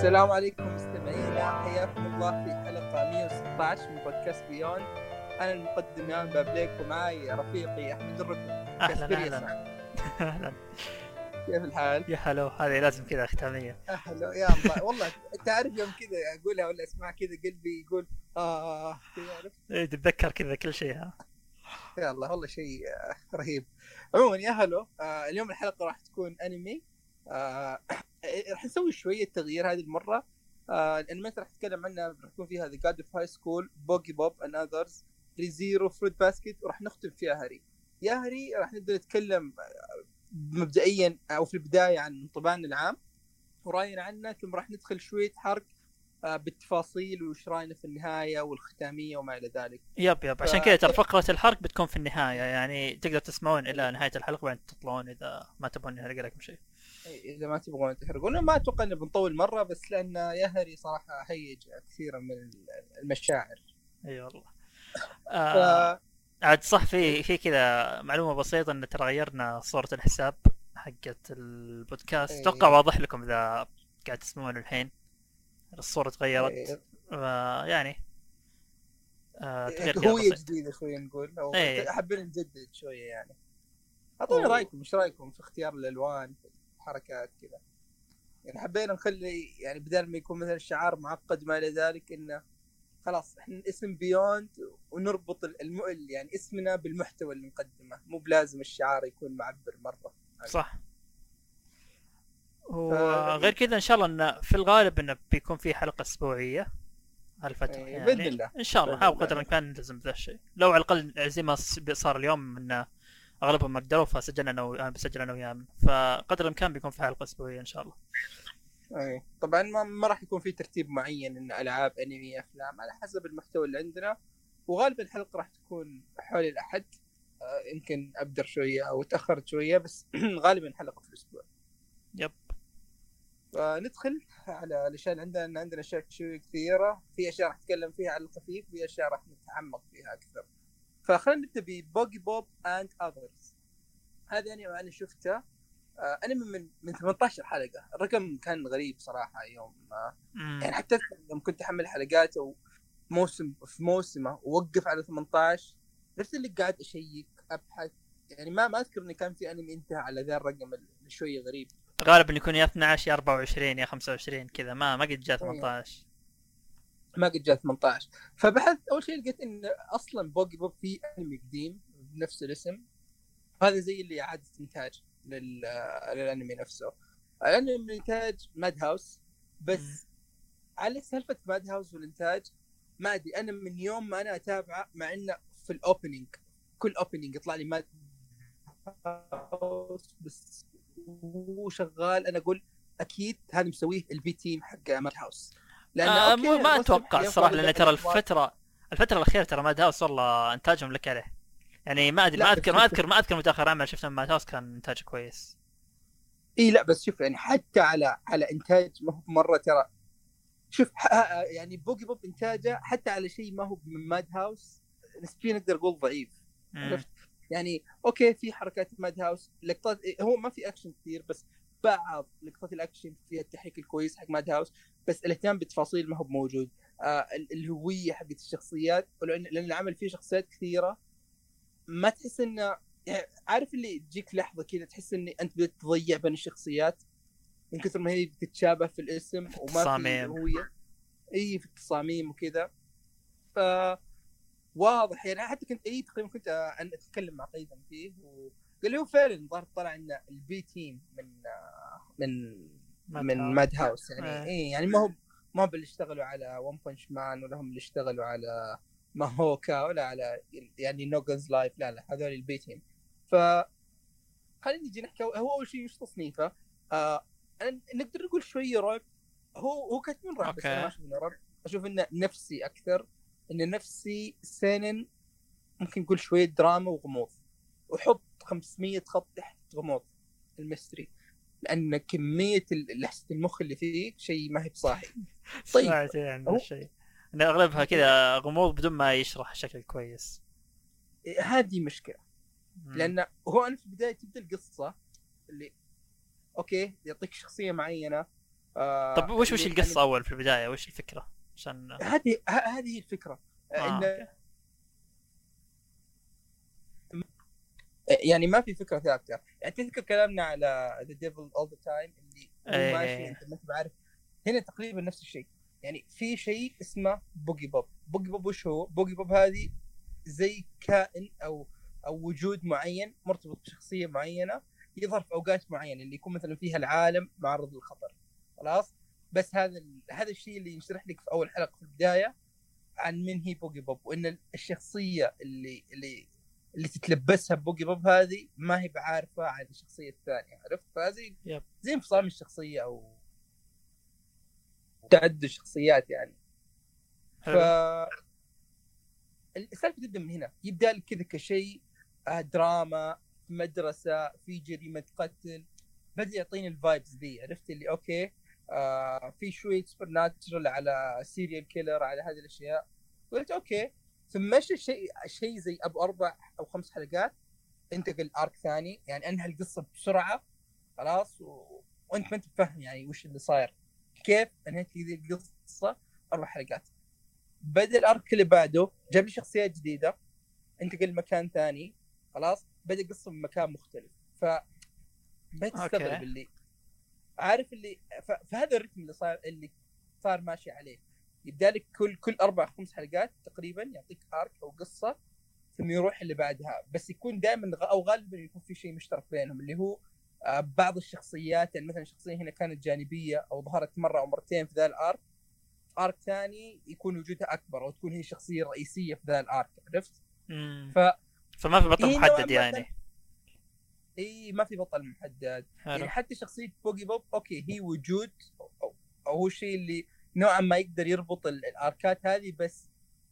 السلام عليكم مستمعينا، حياكم الله في حلقة 116 من بودكاست بيوند. أنا المقدم يان بابليك ومعي رفيقي أحمد الركن. اهلا اهلا. كيف الحال؟ يا هلو، هذه لازم كذا ختامية. أهلا يا الله. والله تعرف يوم كذا أقولها ولا أسمع كذا قلبي يقول كذا، عرفت؟ تتذكر كذا كل شيء. ها يا الله والله شيء رهيب. عموما يا هلو، اليوم الحلقة راح تكون أنمي. راح نسوي شوية تغيير هذه المرة. الانميات راح نتكلم عنها راح يكون فيها The God of High School, بوكي بوب and Others, ReZero, Fruit Basket، وراح نختم فيها هري. يا هري راح نبدأ نتكلم مبدئيا أو في البداية عن انطباعنا العام ورأينا عنه، ثم راح ندخل شوية حرق بالتفاصيل وش راينا في النهاية والختامية وما إلى ذلك. يب عشان كذا ترى فقرة الحرق بتكون في النهاية، يعني تقدر تسمعون إلى نهاية الحلقة وبعدين تطلعون إذا ما تبون نحرق لكم شيء. إذا ما تبغون تحرقون، ما أتوقع إنه بنطول مرة، بس لأن يهري صراحة هيج كثيرا من المشاعر. اي والله. ف... عاد صح، في كذا معلومة بسيطة ان ترى غيرنا صورة الحساب حقت البودكاست. اتوقع واضح لكم اذا قاعد تسمعون الحين. الصورة تغيرت. يعني تغيير كذا هوية بسيط. جديدة شوية نقول، أو ايه حابين نجدد شوية يعني. أعطونا رأيكم، إيش رأيكم في اختيار الألوان في الحركات كذا؟ يعني حبينا نخلي يعني بدل ما يكون مثلا الشعار معقد ما إلى ذلك، إنه خلاص إحنا اسم بيوند ونربط يعني اسمنا بالمحتوى اللي نقدمه، مو بلازم الشعار يكون معبر مرة. صح. وغير كذا ان شاء الله انه في الغالب انه بيكون في حلقة اسبوعية هالفترة، بإذن يعني الله ان شاء الله بإذن حاول الله. قدر الامكان نلتزم بذا الشيء، لو على الاقل زي ما صار اليوم انه اغلبهم ما قدروا فسجلنا انا بسجل انا وياه، فقدر الامكان بيكون في حلقة اسبوعية ان شاء الله. طبعا ما راح يكون في ترتيب معين، ان العاب انمي افلام، على حسب المحتوى اللي عندنا. وغالبا الحلقه راح تكون حول الاحد. يمكن ابدر شويه او تاخرت شويه، بس غالبا حلقه في الاسبوع. يب. فندخل على الاشياء اللي عندنا اشياء كثيره. في اشياء راح نتكلم فيها على الخفيف، في اشياء راح نتعمق فيها اكثر. فخلينا نبدا ببوكي بوب اند اذرز. هذا انا شفته. انا من 18 حلقه. الرقم كان غريب صراحه يوم يعني حتى يوم كنت احمل حلقات او موسم في موسمه ووقف على 18، عرفت اللي قاعد اشيك ابحث. يعني ما اذكر اني كان في انمي انتهى على ذا الرقم اللي شويه غريب. غالبا يكون يا 12 يا 24 يا 25 كذا، ما قد جاء 18. ما قد جاء 18. فبحثت، اول شيء لقيت ان اصلا بوكي بوب في انمي قديم بنفس الاسم. هذا زي اللي اعاده انتاج للانمي نفسه. الانمي من انتاج ماد هاوس. بس على سالفه ماد هاوس والانتاج، ما ادري، انا من يوم ما انا اتابعه، مع انه في الاوبننج كل اوبننج يطلع لي ماد هاوس بس هو شغال، انا اقول اكيد هذا مسويه البي تيم حق ماد هاوس. لانه اوكي ما اتوقع الصراحه، لان ترى الأصوات. الفتره الاخيره ترى ماد هاوس والله انتاجهم لك عليه. يعني ما ادري، لا بس ما اذكر متاخر عمل شفته من ماد هاوس كان انتاجه كويس. اي لا بس شوف، يعني حتى على انتاج ما هو مره ترى. شوف يعني بوكي بوب انتاجه حتى على شيء ما هو من ماد هاوس نسبيا نقدر نقول ضعيف. عرفت؟ يعني اوكي في حركات ماد هاوس، لقطات هو ما في اكشن كثير، بس بعض لقطات الاكشن فيها التحريك الكويس حق ماد هاوس، بس الاهتمام بالتفاصيل ما هو موجود. الهويه حقت الشخصيات، لان العمل فيه شخصيات كثيره، ما تحس انه يعني عارف اللي تجيك لحظه كذا تحس اني انت بدأت تضيع بين الشخصيات من كثر ما هي تتشابه في الاسم في وما في التصاميم. هويه. اي في التصاميم وكذا. ف واضح يعني. حتى كنت تقريبا كنت أن اتكلم مع قيثم فيه وقال لي هو فعلا ظهر طلع ان البي تيم من من ماد هاوس. يعني يعني ما هو اللي اشتغلوا على ون بانش مان، ولا هم اللي اشتغلوا على ماهوكا، ولا على يعني نوغنز لايف. لا هذول البي تيم. ف خلينا نجي نحكي. هو اول شيء وش تصنيفه؟ نقدر نقول شويه رعب. هو كاتبين رعب بس انا ما اشوف انه رعب، اشوف انه نفسي اكثر. انه نفسي سينن، ممكن نقول شويه دراما وغموض، وحط 500 خط تحت غموض الميستري، لان كميه لحسه المخ اللي فيه شيء ما هي بصاحي. طيب سمعت عن الشيء ان اغلبها كذا غموض بدون ما يشرح الشكل كويس. هذه مشكله. لان هو انا في البدايه تبدا القصه اللي اوكي يعطيك شخصيه معينه، طب وش اللي القصة أول في البداية؟ وش الفكرة؟ عشان هذه الفكره. أوكي. يعني ما في فكره ثابته. يعني تذكر كلامنا على ذا ديفل اول ذا تايم اللي هو ماشي إيه. انت ما بعرف. هنا تقريبا نفس الشيء. يعني في شيء اسمه بوجي بوب. بوجي بوب وش هو؟ بوجي بوب هذه زي كائن او وجود معين مرتبط بشخصيه معينه، يظهر في اوقات معينه اللي يكون مثلا فيها العالم معرض للخطر. خلاص. بس هذا الشيء اللي يشرح لك في اول حلقه في البدايه عن من هي بوجي بوب، وان الشخصيه اللي تتلبسها بوجي بوب هذه ما هي بعارفه عن الشخصيه الثانيه. عرفت؟ فهذه يب. زي انفصام الشخصيه او تعدد الشخصيات يعني. ف حلو. السالفه تبدا من هنا، يبدا لك كذا كشيء دراما في مدرسه في جريمه قتل. بدا يعطيني الفايبز ذي. عرفت اللي اوكي في شويه سوبر ناتشرال على سيريال كيلر على هذه الاشياء. قلت اوكي. ثم مشى شيء زي ابو 4 أو 5 حلقات، انتقل ارك ثاني، يعني انهى القصه بسرعه. خلاص وانت ما انت فاهم يعني وش اللي صاير. كيف انهيت هذه القصه 4 حلقات. بدا الارك اللي بعده جاب لي شخصيات جديده، انتقل مكان ثاني. خلاص بدا قصه بمكان مختلف. بقيت اوكي. استغرب اللي عارف اللي فهذا الرتم اللي صار ماشي عليه. يبدا لك كل 4 5 حلقات تقريبا يعطيك ارك او قصه، ثم يروح اللي بعدها. بس يكون دائما او غالبا يكون في شيء مشترك بينهم اللي هو بعض الشخصيات. يعني مثلا شخصيه هنا كانت جانبيه او ظهرت مره او مرتين في ذا الارك، ارك ثاني يكون وجودها اكبر او تكون هي شخصيه رئيسيه في ذا الارك. عرفت؟ امم. ف فما في بطل هي نوعا محدد ما كان يعني. اي ما في بطل محدد. حلو. يعني حتى شخصيه بوجي بوب اوكي هي وجود أو هو الشيء اللي نوعا ما يقدر يربط الاركات هذه، بس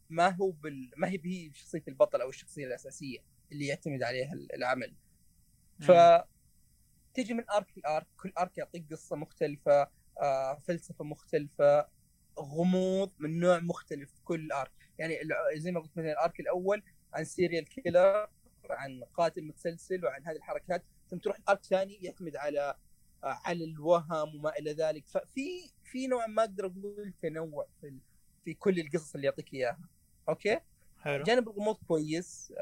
ما هي هي شخصيه البطل او الشخصيه الاساسيه اللي يعتمد عليها العمل. امم. فتجي من ارك لارك، كل ارك يعطيك قصه مختلفه، فلسفه مختلفه، غموض من نوع مختلف في كل ارك. يعني زي ما قلت مثلا الارك الاول عن سيريال كيلر، عن قاتل متسلسل وعن هذه الحركات، ثم تروح الارك ثاني يعتمد على الوهم وما الى ذلك. ففي نوع ما اقدر اقول تنوع في كل القصص اللي يعطيك اياها. اوكي. حلو. جانب الغموض كويس.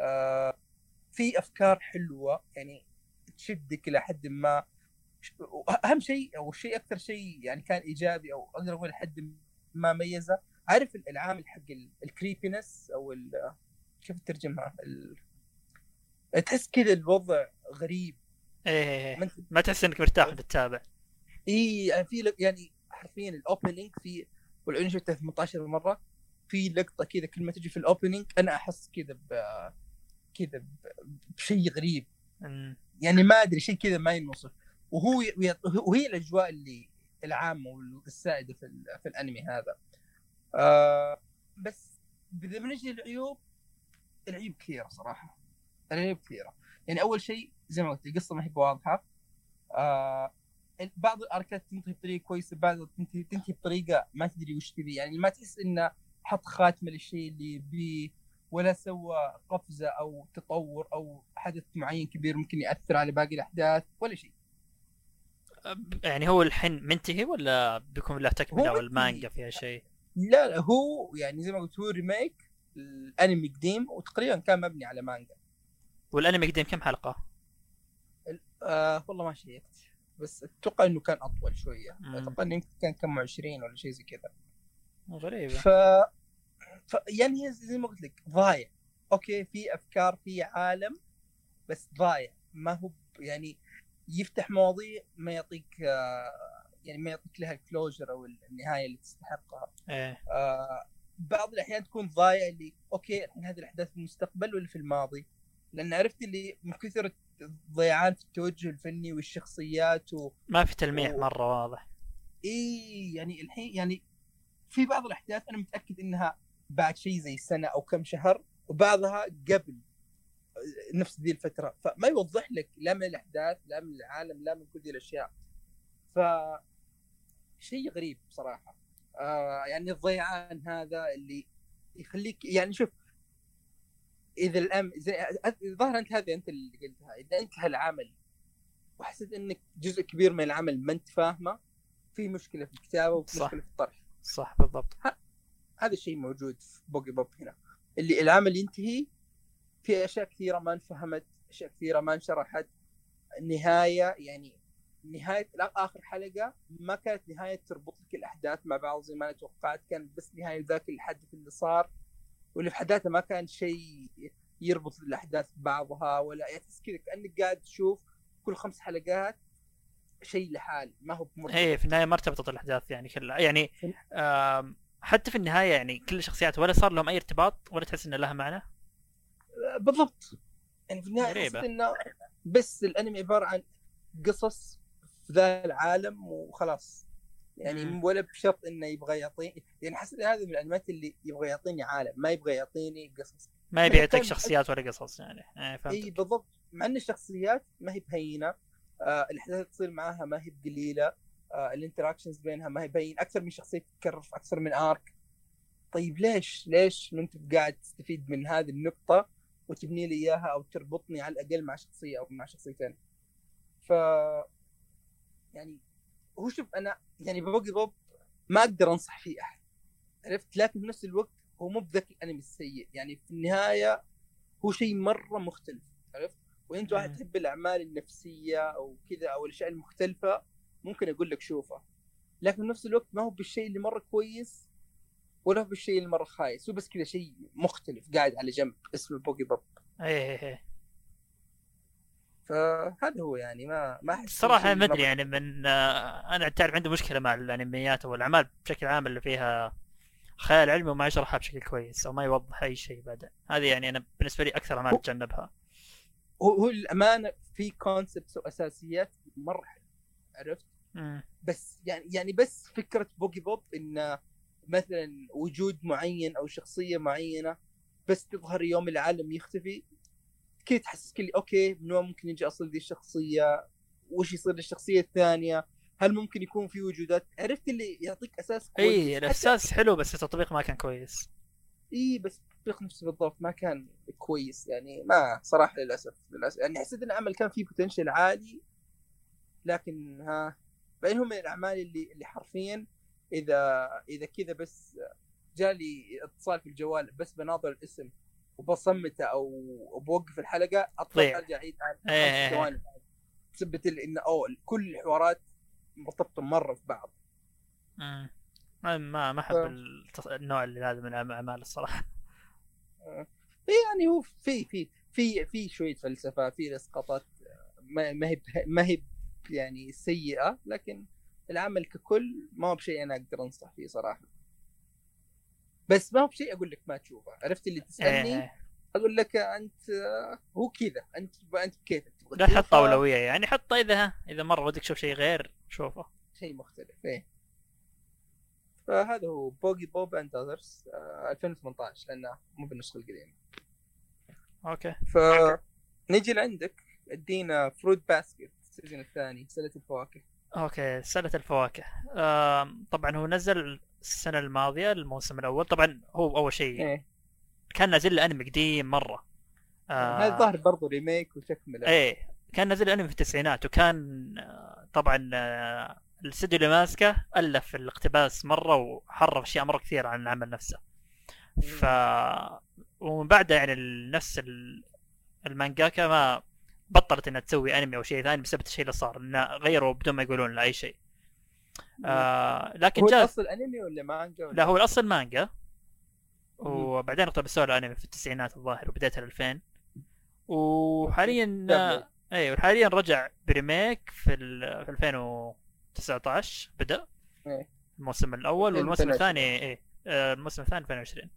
في افكار حلوه يعني تشدك الى حد ما. اهم شيء او الشيء اكثر شيء يعني كان ايجابي او اقدر اقول حد ما ميزه، عارف العامل حق الكريبينس او كيف تترجمها تحس كذا الوضع غريب. ايه. ما ما تحس انك مرتاح وانت تتابع. يعني يعني حرفيا الاوبننج في، والعيون شفتها 18 مره، في لقطه كذا كل ما تجي في الاوبننج انا احس كذا بشيء غريب. يعني ما ادري شيء كذا ما ينوصف. وهي الاجواء اللي العامه والسائده في الانمي هذا. بس اذا بنجي للعيوب، العيوب كثيره صراحه. العيوب كثيره. يعني اول شيء زي ما قلت القصه ما هي واضحه. بعض الاركات تنتهي بطريقه كويسه، بعض تنتهي بطريقه ما تدري وش تبي. يعني ما تحس انه حط خاتمه للشيء اللي يبيه، ولا سوى قفزه او تطور او حدث معين كبير ممكن ياثر على باقي الاحداث ولا شيء. يعني هو الحين منتهي ولا بيكون له تكمله هو او منتهي. المانجا فيها شيء؟ لا هو يعني زي ما قلت هو ريميك الانمي قديم وتقريبا كان مبني على مانجا. والانمي قديم كم حلقه؟ والله ما شيكت، بس اتوقع انه كان اطول شويه. اتوقع انه يمكن كان كم 20 ولا شيء زي كذا. غريبه. يعني هي زي ما قلت لك ضايع. اوكي في افكار في عالم، بس ضايع. ما هو يعني يفتح مواضيع ما يعطيك يعني ما يعطيك لها الكلوجر او النهايه اللي تستحقها. ايه. بعض الاحيان تكون ضايع اللي اوكي الحين هذه الاحداث في المستقبل ولا في الماضي، لان عرفت اللي من كثر ضيعان في التوجه الفني والشخصيات ما في تلميح مره واضح. يعني الحين يعني في بعض الاحداث انا متاكد انها بعد شيء زي سنه او كم شهر، وبعضها قبل نفس ذي الفتره. فما يوضح لك لا من الاحداث لا من العالم لا من كل ذي الاشياء. ف شيء غريب بصراحه. يعني الضيعان هذا اللي يخليك يعني شوف، اذا ظهر انت اللي قلتها، اذا انتهى العمل وحسيت انك جزء كبير من العمل ما انت فاهمه، في مشكله في الكتابه وفي صح. مشكله في الطرح. صح بالضبط. هذا الشيء موجود في بوكي بوب هنا، اللي العمل ينتهي في اشياء كثيره ما انفهمت، اشياء كثيره ما انشرحت. النهايه يعني نهايه اخر حلقه ما كانت نهايه تربط لك الاحداث مع بعض زي ما انا توقعت، كانت بس نهايه ذاك الحدث اللي صار، واللي في حداثه ما كان شيء يربط الاحداث ببعضها، ولا تحس كذا كانك قاعد تشوف كل 5 حلقات شيء لحال ما هو مرتبط. ايه في النهايه ما ارتبطت الاحداث يعني كلها يعني حتى في النهايه يعني كل الشخصيات ولا صار لهم اي ارتباط ولا تحس ان لها معنى. بالضبط. يعني في النهايه حسيت غريبة. انه بس الانمي عباره عن قصص في ذا العالم وخلاص، يعني ولا بشرط انه يبغى يعطيني، يعني حسيت هذا من الانميات اللي يبغى يعطيني عالم ما يبغى يعطيني قصص، ما يبي يعطيك شخصيات ولا قصص يعني. اي بالضبط. مع ان الشخصيات ما هي بهينه، الاحداث اللي تصير معاها ما هي بقليله، الانتراكشنز بينها ما هي بين اكثر من شخصيه تتكرر في اكثر من ارك. طيب ليش ما انت قاعد تستفيد من هذه النقطه وتبني لي اياها او تربطني على الاقل مع شخصيه او مع شخصيتين؟ ف يعني هو شوف انا يعني بوكي بوب ما اقدر انصح فيه احد، عرفت، لكن في نفس الوقت هو مو بذاك الانمي السيء، يعني في النهايه هو شيء مره مختلف، عرفت. وانت واحد تحب الاعمال النفسيه او كذا او الاشياء المختلفه ممكن اقول لك شوفه، لكن في نفس الوقت ما هو بالشيء اللي مره كويس ولا هو بالشيء اللي مره خايس، هو بس كذا شيء مختلف قاعد على جنب اسمه بوكي بوب. ايه فهذا هو يعني ما احس الصراحه ما ادري يعني من انا تعرف عندي مشكله مع الانميات او الاعمال بشكل عام اللي فيها خيال علمي وما يشرحها بشكل كويس او ما يوضح اي شيء بعدين. هذه يعني انا بالنسبه لي اكثر اعمال اتجنبها. هو الامانه في كونسبتس واساسيات مره حلوه، عرفت. بس يعني بس فكره بوكي بوب ان مثلا وجود معين او شخصيه معينه بس تظهر يوم العالم يختفي كذا، تحسسك اللي اوكي من وين ممكن يجي اصل ذي الشخصيه، وش يصير للشخصيه الثانيه، هل ممكن يكون في وجودات، عرفت اللي يعطيك اساس كويس. اي الاساس حلو بس التطبيق ما كان كويس. اي بس التطبيق نفسه بالضبط ما كان كويس، يعني ما صراحه للاسف يعني حسيت ان العمل كان فيه بوتنشل عالي، لكن بينهم من الاعمال اللي حرفيا اذا كذا بس جالي اتصال في الجوال بس بناظر الاسم وبصمته او بوقف الحلقه اطلع ارجع اعيد 5 ثواني تثبت ان كل الحوارات مرتبطه مره في بعض. ما احب النوع اللي هذا من الاعمال الصراحه. يعني هو في شويه فلسفه، في اسقاطات ما هي يعني سيئه، لكن العمل ككل ما هو بشيء انا اقدر انصح فيه صراحه، بس ما هو بشيء اقول لك ما تشوفه، عرفت اللي تسالني اقول لك انت هو كذا انت كيفك تبغى لا حط اولويه يعني حط اذا مره ودك تشوف شيء غير شوفه شيء مختلف. ايه فهذا هو بوكي بوب اند اذرز 2018 لانه مو بالنسخه القديمه. اوكي نيجي لعندك ادينا فروت باسكت السيزون الثاني سلة الفواكه. اوكي سلة الفواكه. طبعا هو نزل السنة الماضية الموسم الاول. طبعا هو اول شيء كان نازل الانمي قديم مرة. هذا ظهر برضو ريميك وتكملة. ايه كان نازل الانمي في التسعينات وكان طبعا الاستوديو اللي ماسكه الف الاقتباس مرة وحرف اشياء مرة كثير عن العمل نفسه. ومن بعدها يعني نفس المانجاكا ما بطلت انها تسوي انمي او شيء ثاني بسبب الشيء اللي صار انه غيروا بدون ما يقولون لاي شيء. لكن هو الاصل انمي ولا مانجا لا هو الاصل مانجا وبعدين اقتبسوا له انمي في التسعينات الظاهر وبدايه 2000 وحاليا وحاليا رجع بريميك في 2019 بدا الموسم الاول والموسم الثاني الموسم الثاني 2020.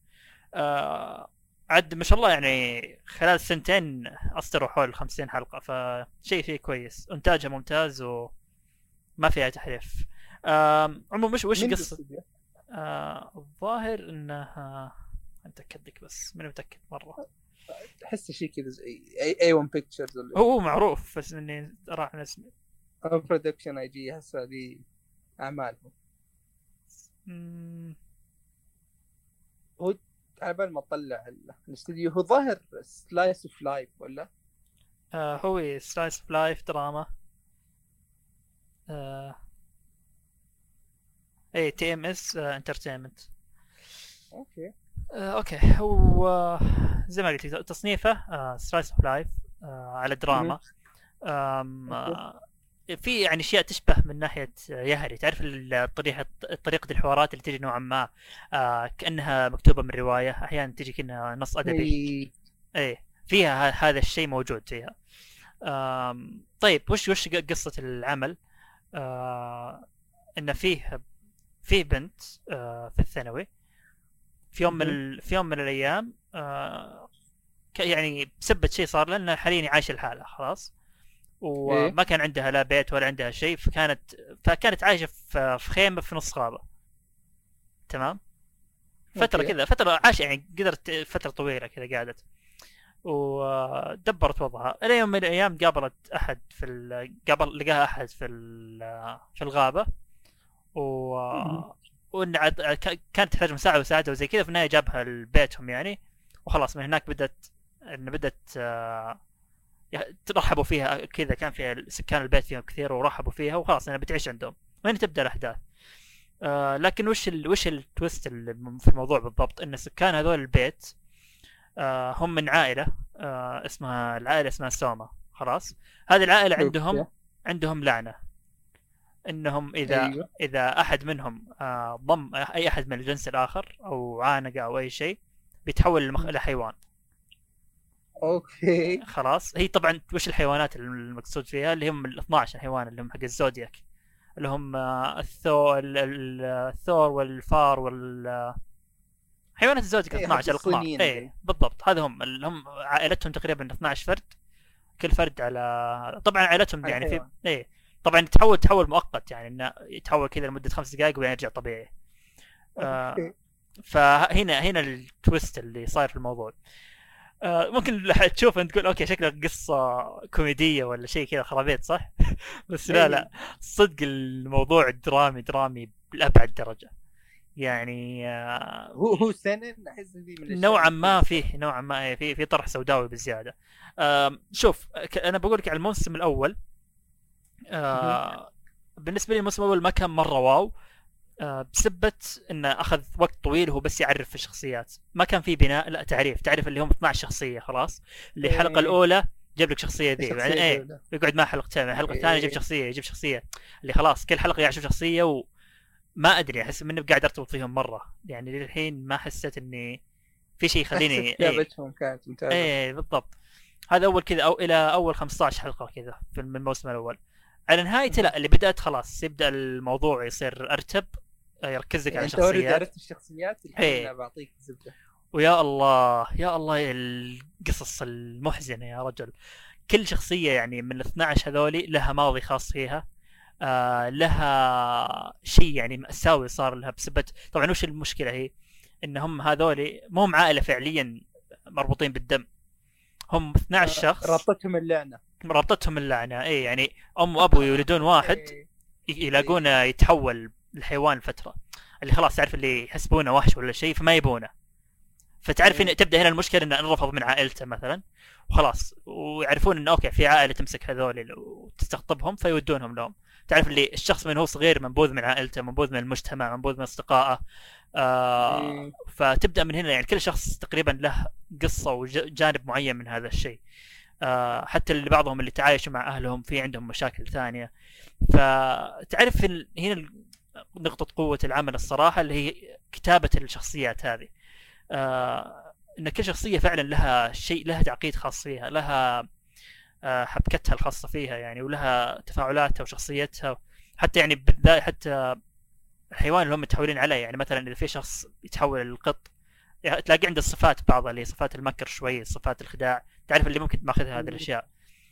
عد ما شاء الله يعني خلال سنتين أصدروا حول 50 حلقة فشيء فيه كويس انتاجها ممتاز وما فيها تحريف. عموما وش قصة الظاهر انها متأكد لك بس ماني متأكد مرة احس شيء كذا زي A1 Pictures هو معروف بس اني راح اسمي برودكشن اي جي هسه هذه اعمالهم. هو على بال ما اطلع الاستوديو هو ظاهر سلايس اوف لايف ولا هو سلايس اوف لايف دراما. اي تي ام اس انترتينمنت. اوكي اوكي هو زي ما قلت لك تصنيفه سلايس اوف لايف على دراما. في يعني اشياء تشبه من ناحيه يهري، تعرف طريقه الحوارات اللي تجي نوعا ما كانها مكتوبه من روايه، احيانا تجي كأنها نص ادبي. اي فيها هذا الشيء موجود فيها. طيب وش قصه العمل؟ ان فيه بنت في الثانوي في يوم من الايام يعني بسبب شيء صار لنا حاليا عايشه لحالها خلاص، وما كان عندها لا بيت ولا عندها شيء، فكانت عايشه في خيمه في نص غابه. تمام. فتره كذا، فتره عاش يعني قدرت فتره طويله كذا قعدت ودبرت وضعها. الى يوم من الايام قابلت احد لقاها احد في الغابه كانت تحتاج مساعده وزي كذا. في النهايه جابها لبيتهم يعني، وخلاص من هناك بدت ترحبوا فيها كذا. كان فيها سكان البيت فيهم كثير ورحبوا فيها وخلاص انها بتعيش عندهم. وهنا تبدا الاحداث. لكن وش التويست اللي في الموضوع بالضبط؟ ان سكان هذول البيت هم من عائله العائله اسمها سوما. خلاص هذه العائله عندهم لعنه، انهم اذا احد منهم ضم اي احد من الجنس الاخر او عانق او اي شيء بيتحول لحيوان. اوكي خلاص. هي طبعا وش الحيوانات المقصود فيها؟ اللي هم ال 12 حيوان اللي هم حق الزودياك، اللي هم الثور والفار حيوانات الزودياك 12 القمار. اي بالضبط، هذا اللي هم عائلتهم تقريبا 12 فرد، كل فرد على طبعا عائلتهم يعني في اي طبعا تحول مؤقت، يعني انه يتحول كذا لمده 5 دقائق وبعدين يرجع طبيعي. فهنا التويست اللي صاير في الموضوع. ممكن تشوف انت تقول اوكي شكلها قصه كوميديه ولا شيء كذا خرابيط صح؟ بس لا صدق الموضوع درامي لأبعد درجه يعني. هو سنن احس دي من نوعا ما في طرح سوداوي بزياده. شوف انا بقول لك على الموسم الاول بالنسبه لي الموسم الاول ما كان مره واو، بسبة انه اخذ وقت طويل هو بس يعرف في الشخصيات، ما كان في بناء، لا تعرف اللي هم 12 شخصيه خلاص. اللي الحلقه الاولى جاب لك شخصيه ذي، بعدين يقعد معها حلقتين، الحلقه الثانيه يجيب شخصيه اللي خلاص كل حلقه يعرف شخصيه. وما ادري احس اني قاعد ارتبط فيهم مره يعني. للحين ما حسيت اني في شيء يخليني كتابتهم كانت ممتازه. بالضبط. هذا اول كذا او الى اول 15 حلقه كذا في الموسم الاول. على نهايته لا، اللي بدأت خلاص يبدأ الموضوع يصير أرتب، يركز لك على الشخصيات. انت عرفت الشخصيات الحين انا بعطيك زبده. ويا الله القصص المحزنة يا رجل. كل شخصية يعني من 12 هذولي لها ماضي خاص فيها، لها شيء يعني مأساوي صار لها بسبب. طبعا وش المشكلة هي؟ انهم هذولي مو عائلة فعليا مربوطين بالدم، هم 12 شخص ربطتهم اللعنة. اي يعني ام وابو يولدون واحد يلاقونه يتحول الحيوان فترة، اللي خلاص تعرف اللي يحسبونه وحش ولا شيء فما يبونه. فتعرف ان تبدا هنا المشكله انه انرفض من عائلته مثلا وخلاص، ويعرفون انه اوكي في عائله تمسك هذول وتستقطبهم فيودونهم لهم. تعرف اللي الشخص من هو صغير منبوذ من عائلته، منبوذ من المجتمع، منبوذ من اصدقائه. فتبدا من هنا يعني كل شخص تقريبا له قصه وجانب معين من هذا الشيء. حتى اللي بعضهم اللي تعايشوا مع اهلهم في عندهم مشاكل ثانيه. فتعرف هنا نقطه قوه العمل الصراحه اللي هي كتابه الشخصيات هذه. ان كل شخصيه فعلا لها شيء، لها تعقيد خاص فيها، لها حبكتها الخاصه فيها يعني، ولها تفاعلاتها وشخصيتها. حتى يعني بالذات حتى الحيوان اللي هم متحولين عليه، يعني مثلا اذا في شخص يتحول للقط يعني تلاقي عنده الصفات بعضها اللي صفات المكر شوي، صفات الخداع، تعرف اللي ممكن ماخذها هذه الاشياء.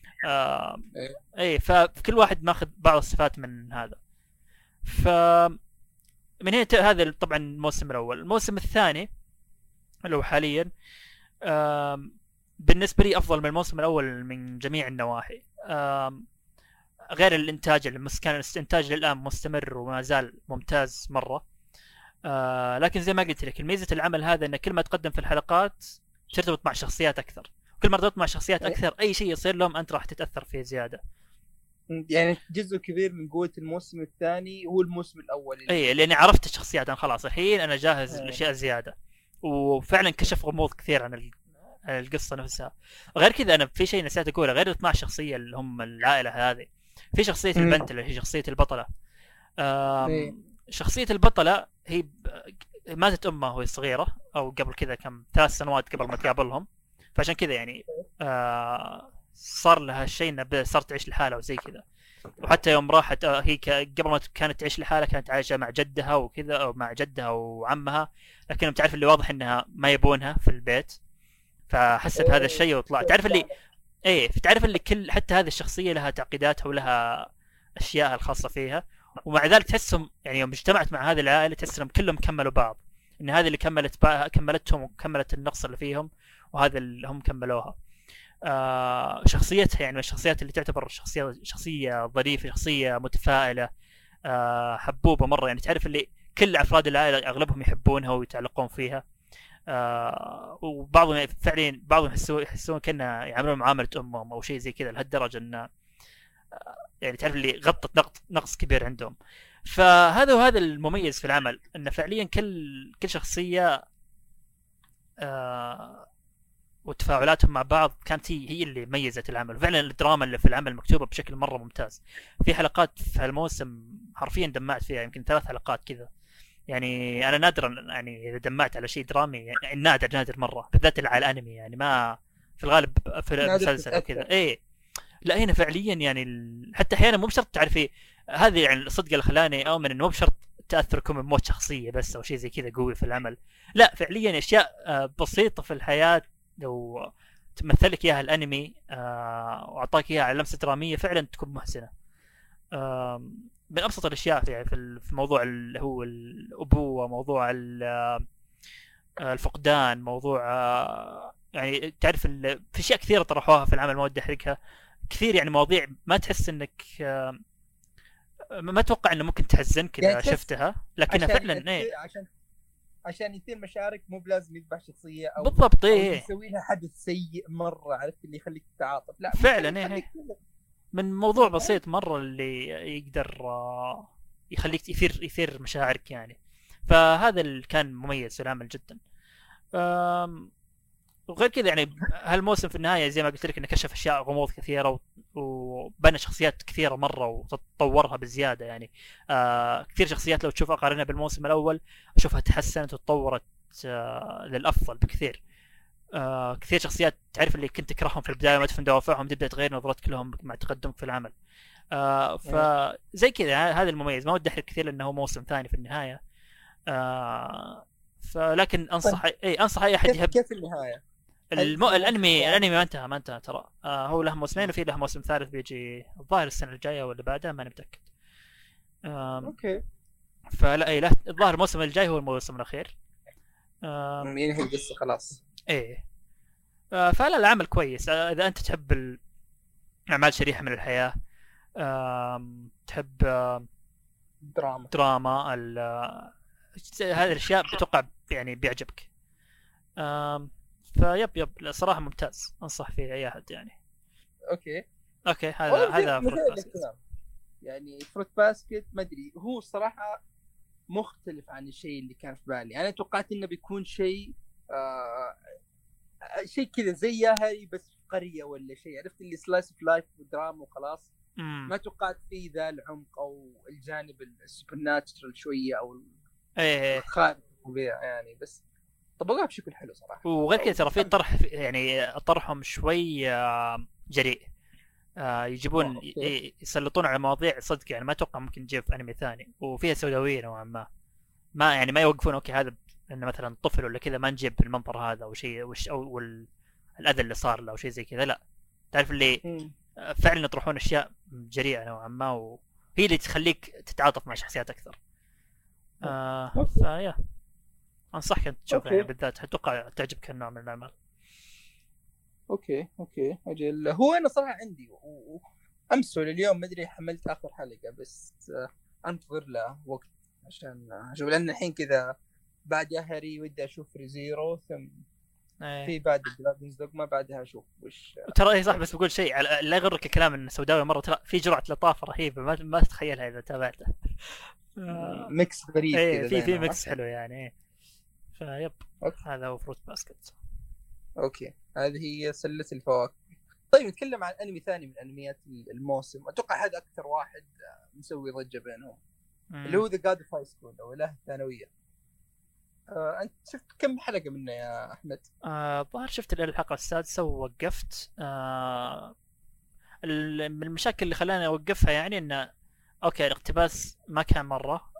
اي فكل واحد ماخذ بعض الصفات من هذا. ف من هنا هذا طبعا الموسم الاول. الموسم الثاني اللي هو حاليا بالنسبه لي افضل من الموسم الاول من جميع النواحي. غير الانتاج اللي كان الانتاج للان مستمر وما زال ممتاز مره. لكن زي ما قلت لك ميزه العمل هذا ان كل ما تقدم في الحلقات ترتبط مع شخصيات اكثر، كل ما ترتبط مع شخصيات اكثر اي شيء يصير لهم انت راح تتاثر فيه زياده. يعني جزء كبير من قوة الموسم الثاني هو الموسم الأول اي لاني عرفت الشخصيات، انا خلاص الحين انا جاهز إيه. لاشياء زياده. وفعلا كشف غموض كثير عن عن القصه نفسها. غير كذا انا في شيء نسيت اقوله، غير 12 شخصيه اللي هم العائله هذه، في شخصيه البنت اللي هي شخصيه البطله. إيه. شخصيه البطله هي ماتت امها وهي صغيره، او قبل كذا كم 3 سنوات قبل ما تقابلهم. فعشان كذا يعني صار لها الشيء انها صارت تعيش لحالها وزي كذا. وحتى يوم راحت هي قبل ما كانت تعيش لحالها كانت عايشه مع جدها وكذا، او مع جدها وعمها، لكن تعرف اللي واضح انها ما يبونها في البيت. فحست بهذا الشيء وطلع تعرف اللي ايه، تعرف اللي كل حتى هذه الشخصيه لها تعقيداتها ولها اشياء الخاصه فيها. ومع ذلك تحسهم يعني يوم اجتمعت مع هذه العائله تحس انهم كلهم كملوا بعض، ان هذه اللي كملتهم وكملت النقص اللي فيهم، وهذا اللي هم كملوها. شخصيتها يعني من الشخصيات اللي تعتبر شخصيه ظريفه، شخصيه متفائله، حبوبه مره، يعني تعرف اللي كل افراد العائله اغلبهم يحبونها ويتعلقون فيها. وبعضهم فعليا بعضهم يحسون كأنه يعاملون معامله امهم او شيء زي كذا، لهالدرجه انه يعني تعرف اللي غطت نقص كبير عندهم. فهذا المميز في العمل، انه فعليا كل شخصيه وتفاعلاتهم مع بعض كانت هي اللي ميزت العمل. فعلا الدراما اللي في العمل مكتوبه بشكل مره ممتاز. في حلقات في هالموسم حرفيا دمعت فيها، يمكن 3 حلقات كذا. يعني انا نادرا يعني اذا دمعت على شيء درامي، يعني نادر مره، بالذات على الانمي، يعني ما في الغالب في المسلسل او كذا. ايه لا هنا فعليا يعني حتى احيانا مو بشرط تعرفي. هذه يعني الصدق اللي خلاني اؤمن انه مو بشرط تاثركم بموت شخصيه بس او شيء زي كذا قوي في العمل. لا فعليا اشياء بسيطه في الحياه لو تمثلك اياها الانمي واعطاك اياها على لمسه دراميه فعلا تكون محسنه. من ابسط الاشياء يعني في موضوع اللي هو الابوه، موضوع الفقدان، موضوع يعني تعرف في اشياء كثيره طرحوها في العمل، ما ودي احرقها كثير. يعني مواضيع ما تحس انك ما اتوقع انه ممكن تحزنك اذا يعني شفتها، لكنها فعلا ايه عشان يثير مشاعرك، مو بلازم يذبح شخصية او بالضبط أو يسوي لها حدث سيء مرة، عرفت اللي يخليك تتعاطف. لا فعلا ايه من موضوع بسيط مرة اللي يقدر يخليك يثير مشاعرك يعني. فهذا اللي كان مميز في العمل جدا. وغير كذا يعني هالموسم في النهاية زي ما قلت لك انه كشف اشياء غموض كثيرة وبنى شخصيات كثيرة مرة وتطورها بزيادة يعني. كثير شخصيات لو تشوف اقارنها بالموسم الاول اشوفها تحسنت وتطورت للافضل بكثير. كثير شخصيات تعرف اللي كنت تكرههم في البدايه ما تفهم دوافعهم تبدا تغير نظرتك لهم مع تقدمك في العمل. فزي كذا هذا المميز. ما ودي احرق كثير لانه هو موسم ثاني في النهايه. فلكن انصح انصح اي احد يحب. كيف النهايه؟ الانمي ما انتهى ترى. هو له موسمين وفي له موسم ثالث بيجي الظاهر السنه الجايه ولا بعدها ماني متاكد. اوكي. فلا لا الظاهر الموسم الجاي هو الموسم الاخير. ينهي القصه خلاص. ايه فلا العمل كويس اذا انت تحب اعمال شريحه من الحياه، تحب دراما هذه الاشياء بتوقع يعني بيعجبك. فيب الصراحه ممتاز، انصح فيه اي احد يعني. اوكي هذا فروت باسكت. يعني فروت باسكت ما ادري، هو الصراحه مختلف عن الشيء اللي كان في بالي. انا توقعت انه بيكون شيء شيء كذا زي هاي بس في قريه ولا شيء، عرفت اللي سلايس اوف لايف ودراما وخلاص. ما توقعت فيه ذا العمق او الجانب السوبر ناتشرال شويه او الخارق الطبيعي يعني. بس طبقوها بشكل حلو صراحه. وغير كذا ترى في طرح يعني طرحهم شوي جريء. يجيبون يسلطون على مواضيع صدق يعني ما اتوقع ممكن تجيب في انمي ثاني، وفيها سوداويه نوعا ما يعني ما يوقفون اوكي هذا انه مثلا طفل ولا كذا ما نجيب المنظر هذا او شيء او الاذى اللي صار له او شيء زي كذا. لا تعرف اللي فعلا يطرحون اشياء جريئه نوعا ما وهي اللي تخليك تتعاطف مع شخصيات اكثر. فيا انصحك انت تشوف يعني بالذات اتوقع تعجبك النوع من الاعمال. اوكي اجل. هو انا صراحه عندي امسه لليوم ما ادري حملت اخر حلقه بس انتظر له وقت عشان اشوف، لان الحين كذا بعد ياهري ودي اشوف ريزيرو ثم في بعد دراجونز دوغما بعدها اشوف وش. ترى اي صح، بس بقول شيء لا يغرك الكلام انه سوداوي مره، ترى في جرعه لطافه رهيبه ما تتخيلها اذا تابعته. ميكس غريب ايه كذا في ميكس حلو يعني. ايه فيب أوكي. هذا هو فروت باسكت. اوكي هذه هي سله الفواكه. طيب نتكلم عن انمي ثاني من انميات الموسم، اتوقع هذا اكثر واحد مسوي ضجه بينهم، اللي هو ذا جاد اوف هاي سكول او اله الثانويه. انت شفت كم حلقه منه يا احمد؟ ظهر شفت الحلقه السادسه ووقفت. من المشاكل اللي خلاني اوقفها يعني انه اوكي الاقتباس ما كان مره،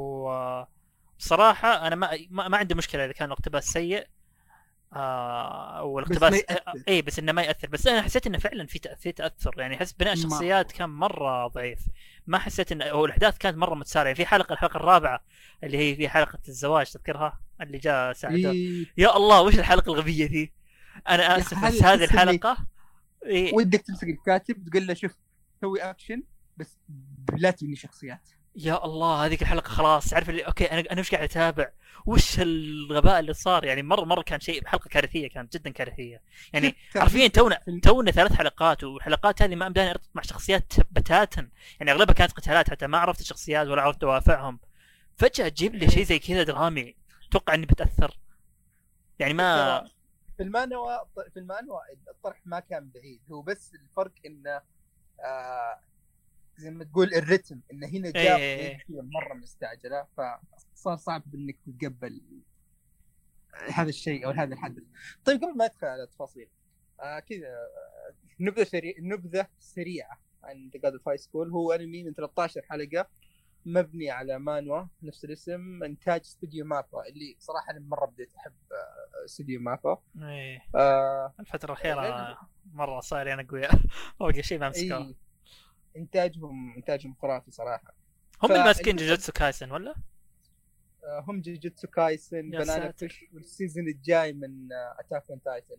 وصراحه انا ما عندي مشكله اذا كان الاقتباس سيء والاقتباس بس انه ما ياثر. بس انا حسيت انه فعلا في تاثر يعني، احس بناء الشخصيات كان مره ضعيف، ما حسيت ان الاحداث كانت مره متسارعه. في الحلقه الرابعه اللي هي في حلقه الزواج تذكرها اللي جاء ساعده يا الله وش الحلقه الغبيه ذي. انا اسف بس هذه الحلقه ودك تمسك الكاتب تقول له شوف سوي اكشن بس لا تبني شخصيات. يا الله هذيك الحلقه خلاص عارف اللي اوكي انا مش قاعد اتابع وش الغباء اللي صار يعني. مره كان شيء حلقه كارثيه، كانت جدا كارثيه يعني. حرفيا تونا 3 حلقات، والحلقات هذه ما بداني ارتبط مع شخصيات بتاتا يعني، اغلبها كانت قتالات حتى ما عرفت الشخصيات ولا عرفت دوافعهم. فجاه تجيب لي شيء زي كذا درامي اتوقع اني بتاثر يعني. ما في المانوا الطرح ما كان بعيد، هو بس الفرق انه زي ما تقول الرتم انه هنا جاب مره مستعجله، فصار صعب انك تتقبل هذا الشيء او هذا الحدث. طيب قبل ما ادخل على التفاصيل كذا نبذه سريعه عن ذا جاد اوف هاي سكول. هو انمي من 13 حلقه مبني على مانوا نفس الاسم، انتاج استوديو مابا، اللي صراحه انا مره بديت احب استوديو مابا. الفتره الاخيره مره صاير انا قوي اوقع شيء ما مسكه. انتاجهم خرافي صراحه. هم اللي ماسكين جوجوتسو كايسن ولا؟ هم جوجوتسو كايسن بنانا فيش والسيزون الجاي من اتاك اون تايتن،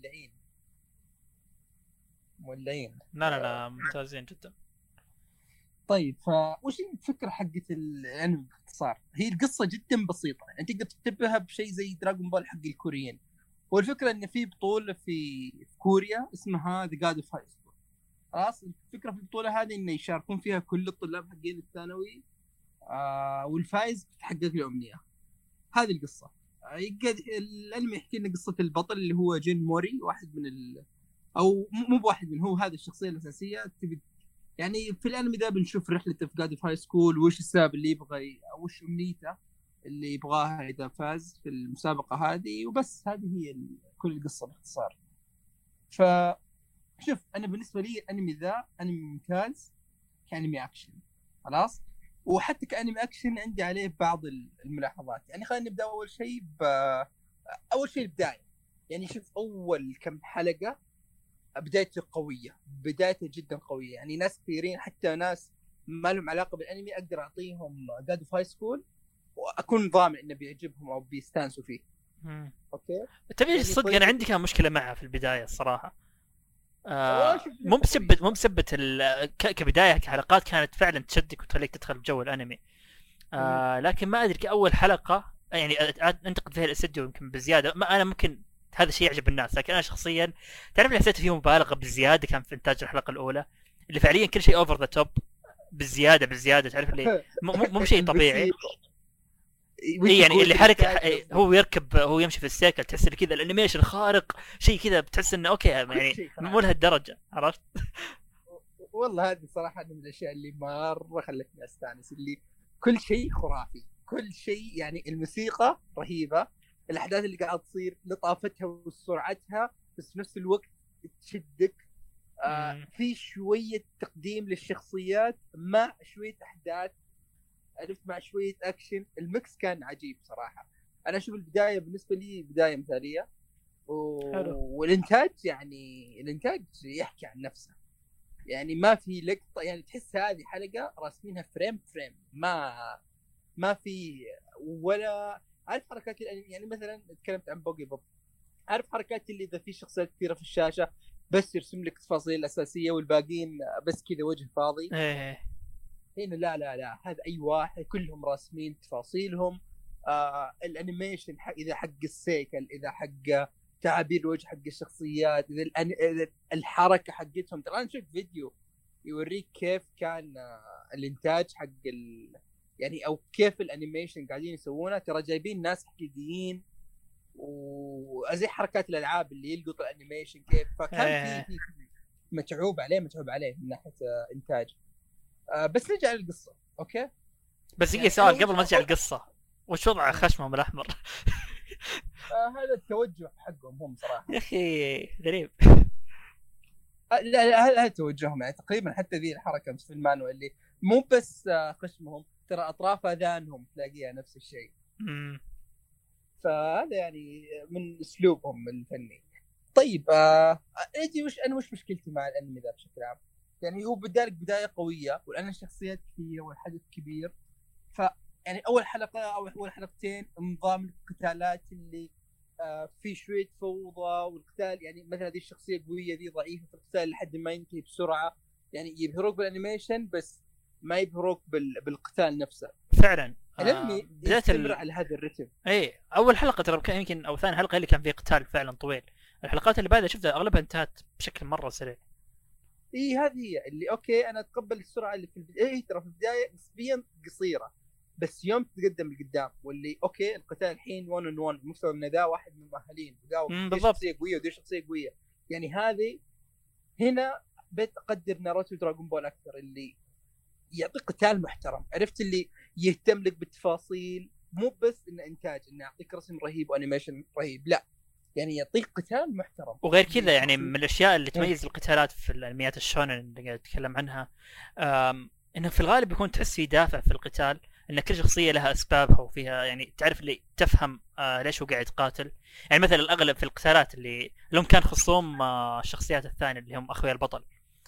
فمولعين. لا ممتازين جدا. طيب فوش الفكره حقت الانمي باختصار؟ هي القصه جدا بسيطه يعني تقدر تشبهها بشيء زي دراغون بول حق الكوريين. والفكره ان في بطوله في كوريا اسمها ذا جاد اوف هاي سكول. خلاص الفكره في البطوله هذه انه يشاركون فيها كل الطلاب حقين الثانوي، والفائز بتحقق له امنيه. هذه القصه. الانمي يحكي لنا قصه البطل اللي هو جين موري، واحد من او مو بواحد من، هو هذا الشخصيه الاساسيه. يعني في الانمي ده بنشوف رحلته في جاد اوف هاي سكول، وش السبب اللي يبغى او وش امنيته اللي يبغاها اذا فاز في المسابقه هذه، وبس هذه هي كل القصه باختصار. فشوف انا بالنسبه لي الانمي ذا انمي ممتاز كانمي اكشن خلاص، وحتى كانمي اكشن عندي عليه بعض الملاحظات. يعني خلينا نبدا اول شيء البدايه. يعني شوف اول كم حلقه بدايته قويه، بدايته جدا قويه يعني. ناس كثيرين حتى ناس ما لهم علاقه بالانمي اقدر اعطيهم جاد اوف هاي سكول واكون ضامن انه بيعجبهم او بيستانسوا فيه. اوكي تبي يعني الصدق انا عندي كان مشكله معها في البدايه الصراحه. مو بسبة كبدايه كحلقات كانت فعلا تشدك وتخليك تدخل بجو الانمي. لكن ما ادري كاول حلقه يعني انتقد فيها الاستديو يمكن بزياده. ما انا ممكن هذا الشيء يعجب الناس، لكن انا شخصيا تعرف اللي حسيت فيه مبالغه بزياده كان في انتاج الحلقه الاولى، اللي فعليا كل شيء اوفر ذا توب بزياده تعرف اللي مو شيء طبيعي. يعني اللي حركه هو يركب هو يمشي في السيكل تحس ان كذا الانيميشن خارق شيء كذا، بتحس انه اوكي يعني مو لهالدرجه عرفت. والله هذه صراحه من الاشياء اللي مره خلتني استانس، اللي كل شيء خرافي، كل شيء يعني. الموسيقى رهيبه، الاحداث اللي قاعد تصير لطافتها وسرعتها، بس في نفس الوقت تشدك. في شويه تقديم للشخصيات مع شويه احداث، عرفت، مع شويه اكشن. الميكس كان عجيب صراحه. انا اشوف البدايه بالنسبه لي بدايه مثاليه، والانتاج يعني الانتاج يحكي عن نفسه يعني. ما في لقطه يعني تحس هذه حلقه راسمينها فريم ما في ولا عارف حركات الانمي. يعني مثلا تكلمت عن بوجي بوب، عارف حركات اللي اذا في شخصيات كثيره في الشاشه بس يرسم لك التفاصيل الاساسيه والباقيين بس كذا وجه فاضي. هنا لا هذا اي واحد كلهم راسمين تفاصيلهم. الانيميشن اذا حق السيكل، اذا حق تعابير الوجه حق الشخصيات، إذا الحركه حقتهم. ترى انا شفت فيديو يوريك كيف كان الانتاج حق يعني او كيف الانيميشن قاعدين يسوونه. ترى جايبين ناس حقيقيين وزي حركات الالعاب اللي يلقط الانيميشن كيف. فكان في متعوب عليه من ناحيه انتاج. بس نرجع للقصه. اوكي بس يجي سؤال قبل ما نرجع للقصه، وش وضع خشمهم الاحمر؟ هذا التوجه حقهم هم صراحه يا اخي غريب. لا هذا توجههم يعني تقريبا. حتى ذي الحركه في المانو اللي مو بس خشمهم، ترى اطراف اذانهم تلاقيها نفس الشيء. فهذا يعني من اسلوبهم الفني. طيب اجي وش مشكلتي مع الانمي ذا بشكل عام؟ يعني هو بدايه قويه، والان الشخصيات كثيره والحدث كبير. ف يعني اول حلقه او اول حلقتين نظام القتالات اللي في شويه فوضى، والقتال يعني مثلا هذه الشخصيه قويه ذي ضعيفه في القتال لحد ما ينتهي بسرعه. يعني يبهروك بالانيميشن بس ما يبهروك بالقتال نفسه فعلا. الانمي يستمر على هذا الرتم. اي اول حلقه ترى كان يمكن او ثاني حلقه اللي كان فيه قتال فعلا طويل. الحلقات اللي بعدها شفتها اغلبها انتهت بشكل مره سريع. هذه هي اللي اوكي انا اتقبل السرعه اللي في البدايه. ترى في البدايه نسبيا قصيره، بس يوم تتقدم لقدام واللي اوكي القتال الحين 1 on 1 مستوى من ذا واحد من المؤهلين ودي شخصيه قويه ودي شخصيه قويه. يعني هذه هنا بتقدر ناروتو ودراغون بول اكثر، اللي يعطيك قتال محترم. عرفت اللي يهتم لك بالتفاصيل، مو بس انه انتاج انه يعطيك رسم رهيب وانيميشن رهيب، لا يعني يعطيك قتال محترم. وغير كذا يعني من الاشياء اللي تميز القتالات في الانميات الشونن اللي قاعد اتكلم عنها انه في الغالب يكون تحس في دافع في القتال، ان كل شخصيه لها اسبابها وفيها يعني تعرف اللي تفهم ليش هو قاعد يقاتل. يعني مثلا الاغلب في القتالات اللي لهم كان خصوم الشخصيات الثانيه اللي هم اخويا البطل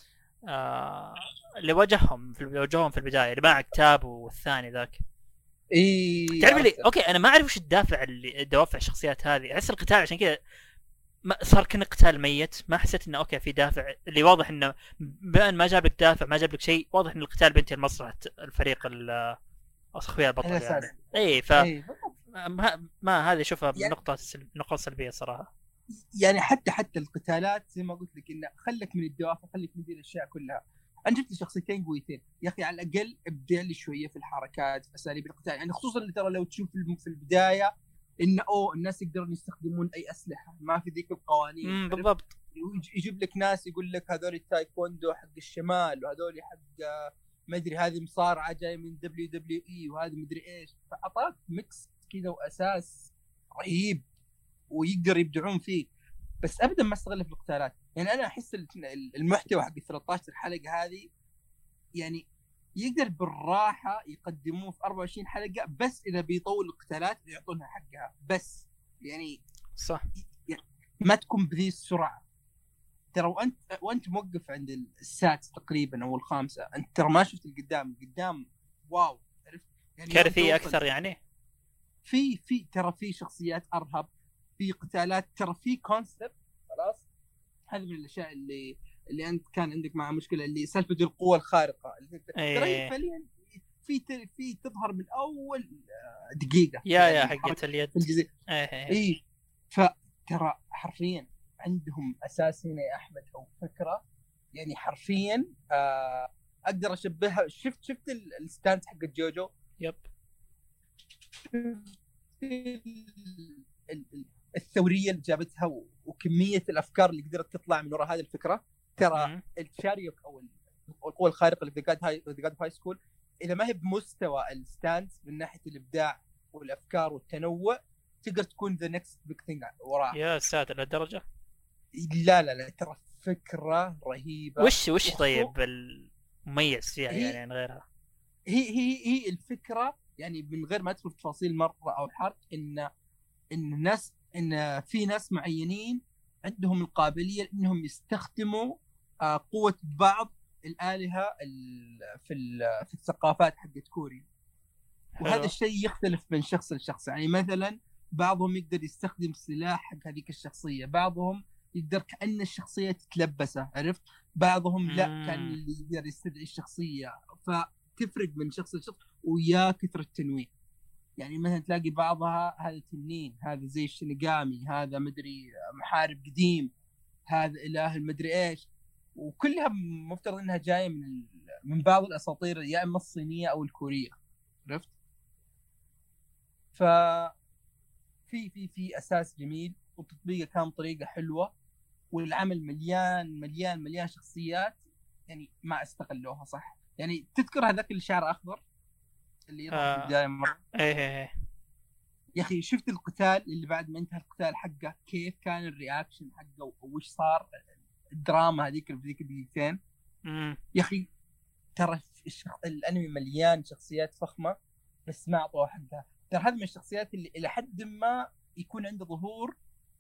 اللي واجههم في البدايه اللي مع كتاب والثاني ذاك. تعرف لي اوكي انا ما اعرف وش الدافع اللي دوافع الشخصيات هذه. احس القتال عشان كذا صار كأنه قتال ميت. ما حسيت انه اوكي في دافع، اللي واضح انه بان ما جاب لك دافع ما جاب لك شيء. واضح ان القتال بينتهي لمصلحه الفريق اخويا البطل يعني. اي ف ما هذه اشوفها يعني نقطه سلبيه صراحه. يعني حتى القتالات زي ما قلت لك انه خلك من الدوافع، خلك من دي الاشياء كلها. انا جبت شخصيتين قويتين يا اخي، على الاقل ابدع لي شويه في الحركات في اساليب القتال. يعني خصوصا اللي ترى لو تشوف في البدايه انه الناس يقدرون يستخدمون اي اسلحه، ما في ذيك القوانين. بالضبط. يجيب لك ناس يقول لك هذول التايكوندو حق الشمال، وهذول حق ما ادري هذه مصارعه جايه من WWE، وهذه ما ادري ايش. فاعطاك ميكس كذا واساس رهيب ويقدر يبدعون فيه. بس ابدا ما استغله في القتالات. يعني انا احس المحتوى حق 13 حلقه هذه يعني يقدر بالراحه يقدموه في 24 حلقه، بس اذا بيطول القتالات يعطونها حقها. بس يعني صح يعني ما تكون بذي السرعه. ترى وانت موقف عند السادس تقريبا او الخامسه، انت ترى ما شفت القدام. واو عرفت يعني كارثيه اكثر. يعني في ترى في شخصيات ارهب، في قتالات، ترى في كونسبت. خلاص هذه من الاشياء اللي انت كان عندك معها مشكله، اللي سالفه القوه الخارقه اللي ترى فعليا في تظهر من اول دقيقه يا حقت اليد. اي فترى حرفيا عندهم اساس هنا يا احمد او فكره. يعني حرفيا اقدر اشبهها. شفت الستانس حق جوجو. يب الثوريه اللي جابتها وكميه الافكار اللي قدرت تطلع من وراء هذه الفكره. ترى الشاريوك او القوه الخارقه اللي في هاي سكول اذا ما هي بمستوى الستانس من ناحيه الابداع والافكار والتنوع، تقدر تكون ذا نكست بيج ثينج وراها. يا ساتر لهالدرجه؟ لا ترى فكره رهيبه. وش طيب المميز فيها يعني عن غيرها؟ هي الفكره يعني من غير ما ادخل في تفاصيل مره او حرق، ان في ناس معينين عندهم القابليه انهم يستخدموا قوه بعض الالهه في الثقافات حقت كوريا. وهذا الشيء يختلف من شخص لشخص. يعني مثلا بعضهم يقدر يستخدم سلاح حق هذيك الشخصيه، بعضهم يقدر كأن الشخصيه تتلبسه، عرفت؟ بعضهم لا، كان اللي يقدر يستدعي الشخصيه. فتفرق من شخص لشخص، ويا كثر التنويع. يعني مثلا تلاقي بعضها هذا تنين، هذا زي الشينيغامي، هذا مدري محارب قديم، هذا اله المدري ايش، وكلها مفترض انها جايه من بعض الاساطير يا اما الصينيه او الكوريه، عرفت؟ ف في اساس جميل، وتطبيقه كان طريقه حلوه، والعمل مليان شخصيات يعني ما استغلوها صح. يعني تذكر هذاك اللي شعره اخضر اللي يظهر في البدايه مره؟ ايه يا اخي شفت القتال اللي بعد ما انتهى القتال حقه كيف كان الرياكشن حقه وش صار، الدراما هذيك في ذيك الدقيقتين. يا اخي ترى الانمي مليان شخصيات فخمه بس ما اعطوها حقها. ترى هذه من الشخصيات اللي الى حد ما يكون عنده ظهور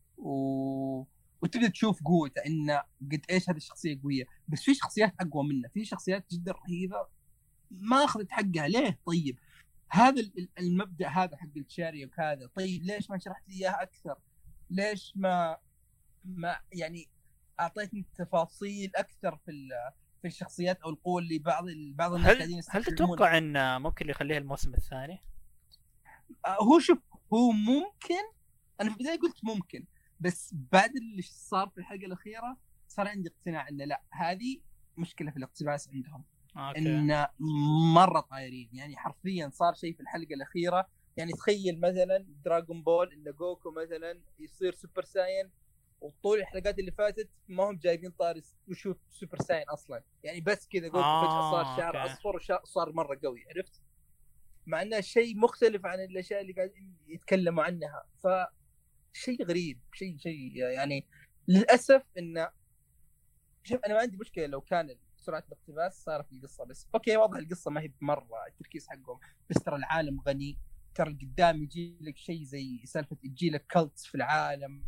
وتبدا تشوف قوته انه قد ايش هذه الشخصيه قويه، بس في شخصيات اقوى منه، في شخصيات جدا رهيبه ما اخذت حقها. ليه؟ طيب هذا المبدا هذا حق الشاري وكذا، طيب ليش ما شرحت لي اياها اكثر؟ ليش ما يعني اعطيتني تفاصيل اكثر في الشخصيات او القوه اللي بعض الناس قاعدين يستخدمون؟ هل تتوقع ان ممكن يخليها الموسم الثاني؟ هو شوف، هو ممكن، انا في البدايه قلت ممكن، بس بعد اللي صار في الحلقه الاخيره صار عندي اقتناع ان لا، هذه مشكله في الاقتباس عندهم. ان مره طايرين، يعني حرفيا صار شيء في الحلقه الاخيره. يعني تخيل مثلا دراغون بول ان جوكو مثلا يصير سوبر ساين، وطول الحلقات اللي فاتت ما هم جايبين طاري وشوف سوبر ساين اصلا، يعني بس كذا جوكو فجاه صار شعر اصفر وصار مره قوي، عرفت؟ مع انه شيء مختلف عن الاشياء اللي قاعدين يتكلموا عنها. فشيء غريب، شيء يعني للاسف. انه شوف انا ما عندي مشكله لو كان سرعه الاقتباس صار في القصه، بس اوكي واضح القصه ما هي بمره التركيز حقهم، بس ترى العالم غني، ترى قدام يجي لك شيء زي سالفه يجي لك كالتس في العالم،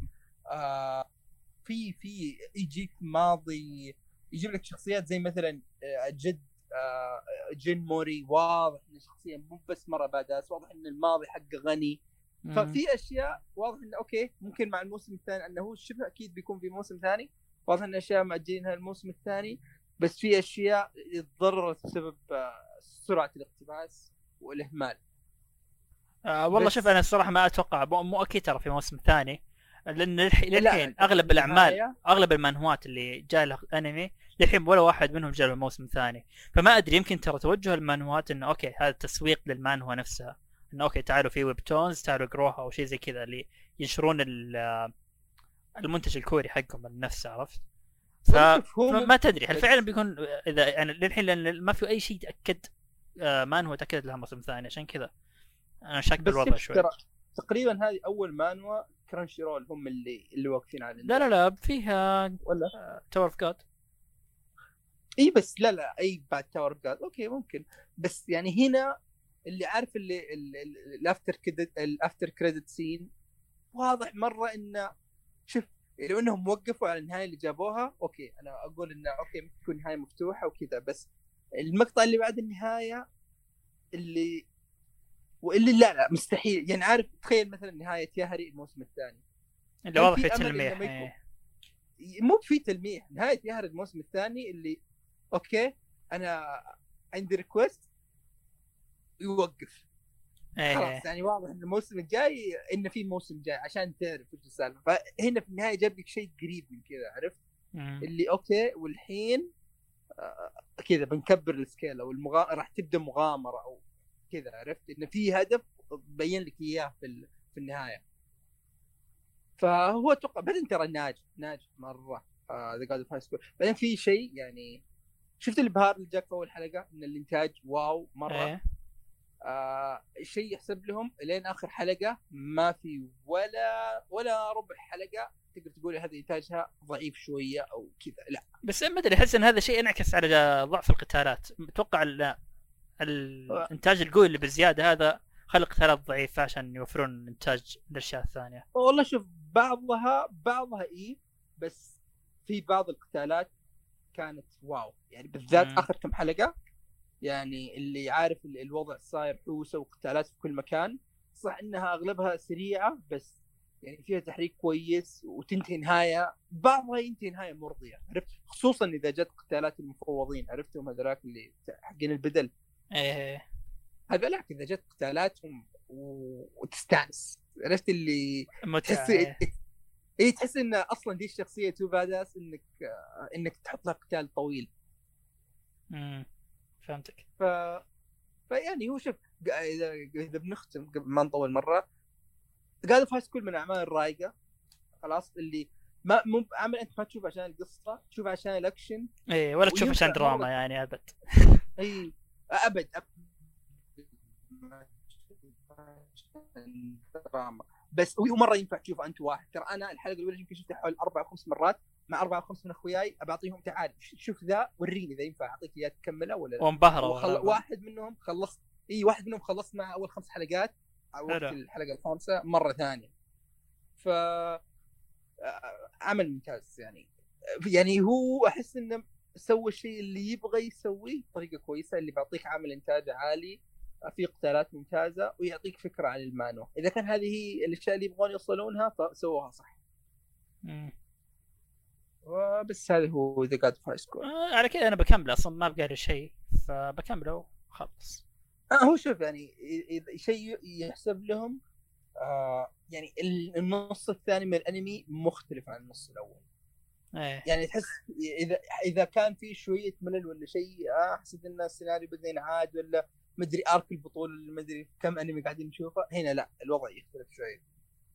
في يجيك ماضي، يجيب لك شخصيات زي مثلا جد جين موري، واضح ان الشخصيه مو بس مره باداس، واضح ان الماضي حقه غني. ففي اشياء واضح انه اوكي ممكن مع الموسم الثاني، انه هو شبه اكيد بيكون في موسم ثاني، واضح ان اشياء مأجلينها الموسم الثاني، بس في اشياء تضررت بسبب سرعه الاقتباس والاهمال. والله شوف انا الصراحه ما اتوقع، مو اكيد ترى في موسم ثاني، لان للحين اغلب الاعمال اغلب المانهوات اللي جاء له انمي للحين ولا واحد منهم جاء له موسم ثاني. فما ادري يمكن ترى توجه المانهوات انه اوكي هذا تسويق للمانهوا نفسها، انه اوكي تعالوا في ويب تونز، تعالوا اقروها او شيء زي كذا، اللي ينشرون المنتج الكوري حقهم نفسه، عرفت؟ فما تدري هل فعلا بيكون اذا يعني للحين، لان ما في اي شيء تاكد مانهوا تاكد لها موسم ثاني، عشان كذا انا شاك بالوضع شوي. تقريبا هذه اول مانوا كرانشي رول هم اللي واقفين على لا فيها ولا تاور اوف جاد. اي بس لا اي بعد تاور اوف جاد اوكي ممكن، بس يعني هنا اللي عارف اللي الافتر كريدت سين واضح مره انه شوف لو انهم وقفوا على النهايه اللي جابوها اوكي انا اقول انه اوكي ممكن تكون نهايه مفتوحه وكذا، بس المقطع اللي بعد النهايه اللي لا مستحيل. يعني عارف تخيل مثلا نهايه ياهري الموسم الثاني اللي واضح في تلميح، مو في تلميح، نهايه ياهري الموسم الثاني اللي اوكي انا عندي ريكوست يوقف خلاص. يعني واضح ان الموسم الجاي انه في موسم جاي عشان تعرف ايش السالفه. فهنا في النهايه جاب لك شيء قريب من كذا، عرفت؟ اللي اوكي والحين كذا بنكبر السكيل او راح تبدا مغامره او كذا، عرفت؟ انه في هدف بين لك اياه في النهايه. فهو اتوقع بعدين ترى ناجح مره ذا جاد اوف هاي سكول. بعدين في شيء يعني شفت الابهار اللي جاك في اول حلقه ان الانتاج واو مره. شيء يحسب لهم لين اخر حلقه ما في ولا ربع حلقه تقدر تقول هذا انتاجها ضعيف شويه او كذا، لا. بس ما ادري احس ان هذا شيء انعكس على ضعف القتالات. اتوقع الانتاج القوي اللي بالزياده هذا خلق قتالات ضعيفه عشان يوفرون انتاج الاشياء الثانيه. والله شوف بعضها بس في بعض القتالات كانت واو، يعني بالذات اخر كم حلقه، يعني اللي عارف الوضع صاير حوسه وقتالات في كل مكان. صح انها اغلبها سريعه بس يعني فيها تحريك كويس وتنتهي نهايه، بعضها ينتهي نهايه مرضيه، عرفت؟ خصوصا اذا جت قتالات المفوضين، عرفتهم هذولاك اللي حقين البدل. هذولاك اذا جت قتالاتهم وتستانس، عرفت اللي متعة. اي تحس ان اصلا دي الشخصيه تو باداس انك تحط لها قتال طويل. فهمتك. فيعني هو شوف، اذا بنختم قبل ما نطول مره، قاعد في هاي سكول من الاعمال الرايقه خلاص، اللي ما مو عمل انت ما تشوف عشان القصه، تشوف عشان الاكشن. ايه ولا تشوف عشان دراما يعني ابد. اي ابد دراما بس. ومره ينفع تشوفه انت واحد. ترى انا الحلقه الاولى يمكن شفتها حوالي 4 أو 5 مرات مع 4 أو 5 من اخوياي، ابعطيهم تعال شوف ذا وريني اذا ينفع اعطيك اياه تكمله ولا لا. وانبهروا. واحد منهم خلص، واحد منهم خلص مع اول 5 حلقات وقت الحلقه الخامسه مره ثانيه. ف عمل ممتاز يعني هو احس انه سوى الشيء اللي يبغى يسويه بطريقه كويسه، اللي بيعطيك عامل انتاج عالي، في قتالات ممتازه، ويعطيك فكره عن المانو. اذا كان هذه هي الاشياء اللي يبغون يوصلونها فسووها صح. وبس هذا هو ذا جاد فاي سكول. على كذا انا بكمله اصلا، ما بقى شيء فبكمله خلاص. هو شوف يعني شيء يحسب لهم. يعني النص الثاني من الانمي مختلف عن النص الاول. يعني تحس اذا كان في شويه ملل ولا شيء، حسيت ان السيناريو بدا ينعاد ولا مدري ارك البطوله اللي مدري كم انمي قاعدين نشوفه. هنا لا، الوضع يختلف شويه.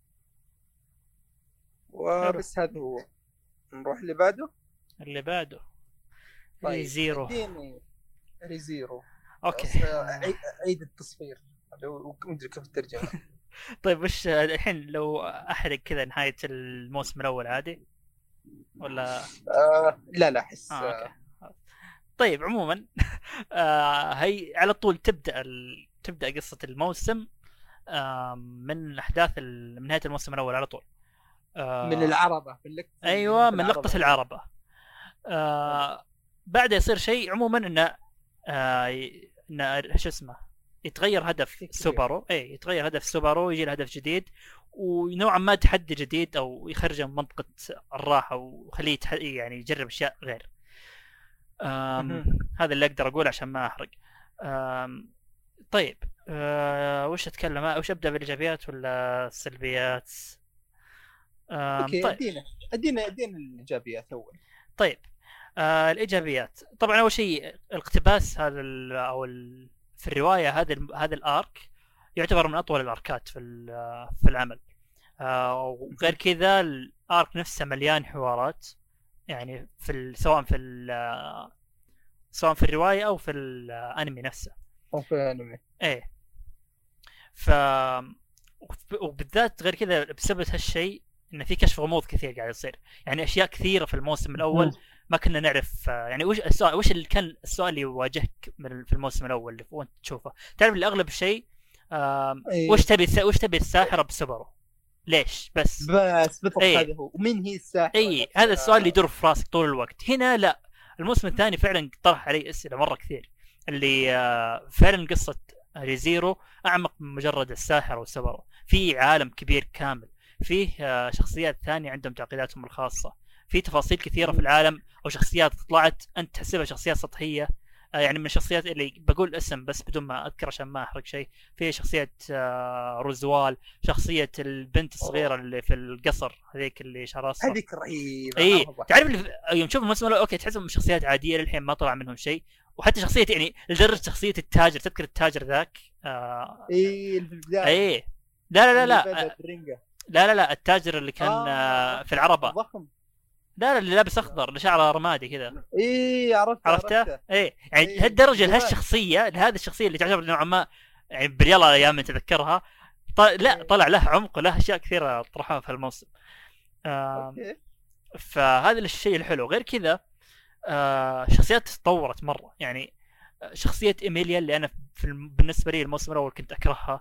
وبس هذا هو. نروح اللي بعده. طيب ريزيرو. ريزيرو اوكي. عيد التصفير مدري كيف الترجمه. طيب وش الحين لو احرق كذا نهايه الموسم الاول عادي ولا؟ لا احس. أوكي. طيب عموما هي على طول تبدا قصه الموسم من احداث من نهايه الموسم الاول على طول. من العربه ايوه من لقطه العربه. بعد يصير شيء عموما انه شو اسمه، يتغير هدف سوبارو. يتغير هدف سوبارو، يجي الهدف جديد ونوعا ما تحدي جديد، او يخرجه من منطقه الراحه وخليه يعني يجرب اشياء غير. هذا اللي اقدر اقول عشان ما احرق. طيب وش اتكلم؟ وش ابدا بالايجابيات ولا السلبيات؟ اوكي طيب. ادينا الايجابيات اول. طيب الايجابيات طبعا اول شيء الاقتباس هذا في الروايه هذا الارك يعتبر من اطول الاركات في العمل. وغير كذا الارك نفسه مليان حوارات، يعني سواء في الروايه او في الانمي نفسه. او في الانمي وبالذات غير كذا بسبب هالشيء انه في كشف غموض كثير قاعد يصير. يعني اشياء كثيره في الموسم الاول ما كنا نعرف. يعني وش اللي كان السؤال اللي يواجهك في الموسم الاول اللي وانت تشوفه؟ تعرف اللي اغلب الشيء وش تبي الساحره بسوبرو؟ ليش بس بالضبط. هذا هو. ومين هي الساحره؟ هذا السؤال اللي يدور في راسك طول الوقت. هنا لا، الموسم الثاني فعلا طرح علي اسئله مره كثير، اللي فعلا قصه ريزيرو اعمق من مجرد الساحره وسوبرو. في عالم كبير كامل، فيه شخصيات ثانيه عندهم تعقيداتهم الخاصه، في تفاصيل كثيره في العالم، او شخصيات طلعت انت تحسبها شخصيات سطحيه. يعني من الشخصيات اللي بقول اسم بس بدون ما اذكر عشان ما احرق شيء، في شخصيه روزوال، شخصيه البنت الصغيره اللي في القصر هذيك اللي شعرها اصفر، هذيك رهيبه. تعرف يوم تشوف الموسم اوكي تحسهم شخصيات عاديه للحين ما طلع منهم شيء. وحتى شخصيه يعني لدرجه شخصيه التاجر، تذكر التاجر ذاك؟ في البدايه. لا التاجر اللي كان في العربه ضخم. لا اللي لابس اخضر اللي شعره رمادي كذا. عرفته. يعني هالدرجه لهذه الشخصيه اللي تعتبر نوعا ما يعني برياله ايام نتذكرها. لا طلع له عمق وله اشياء كثيره طرحوها في الموسم. فهذا الشيء الحلو. غير كذا شخصيات تطورت مره. يعني شخصيه ايميليا اللي انا بالنسبه لي الموسم الاول كنت اكرهها.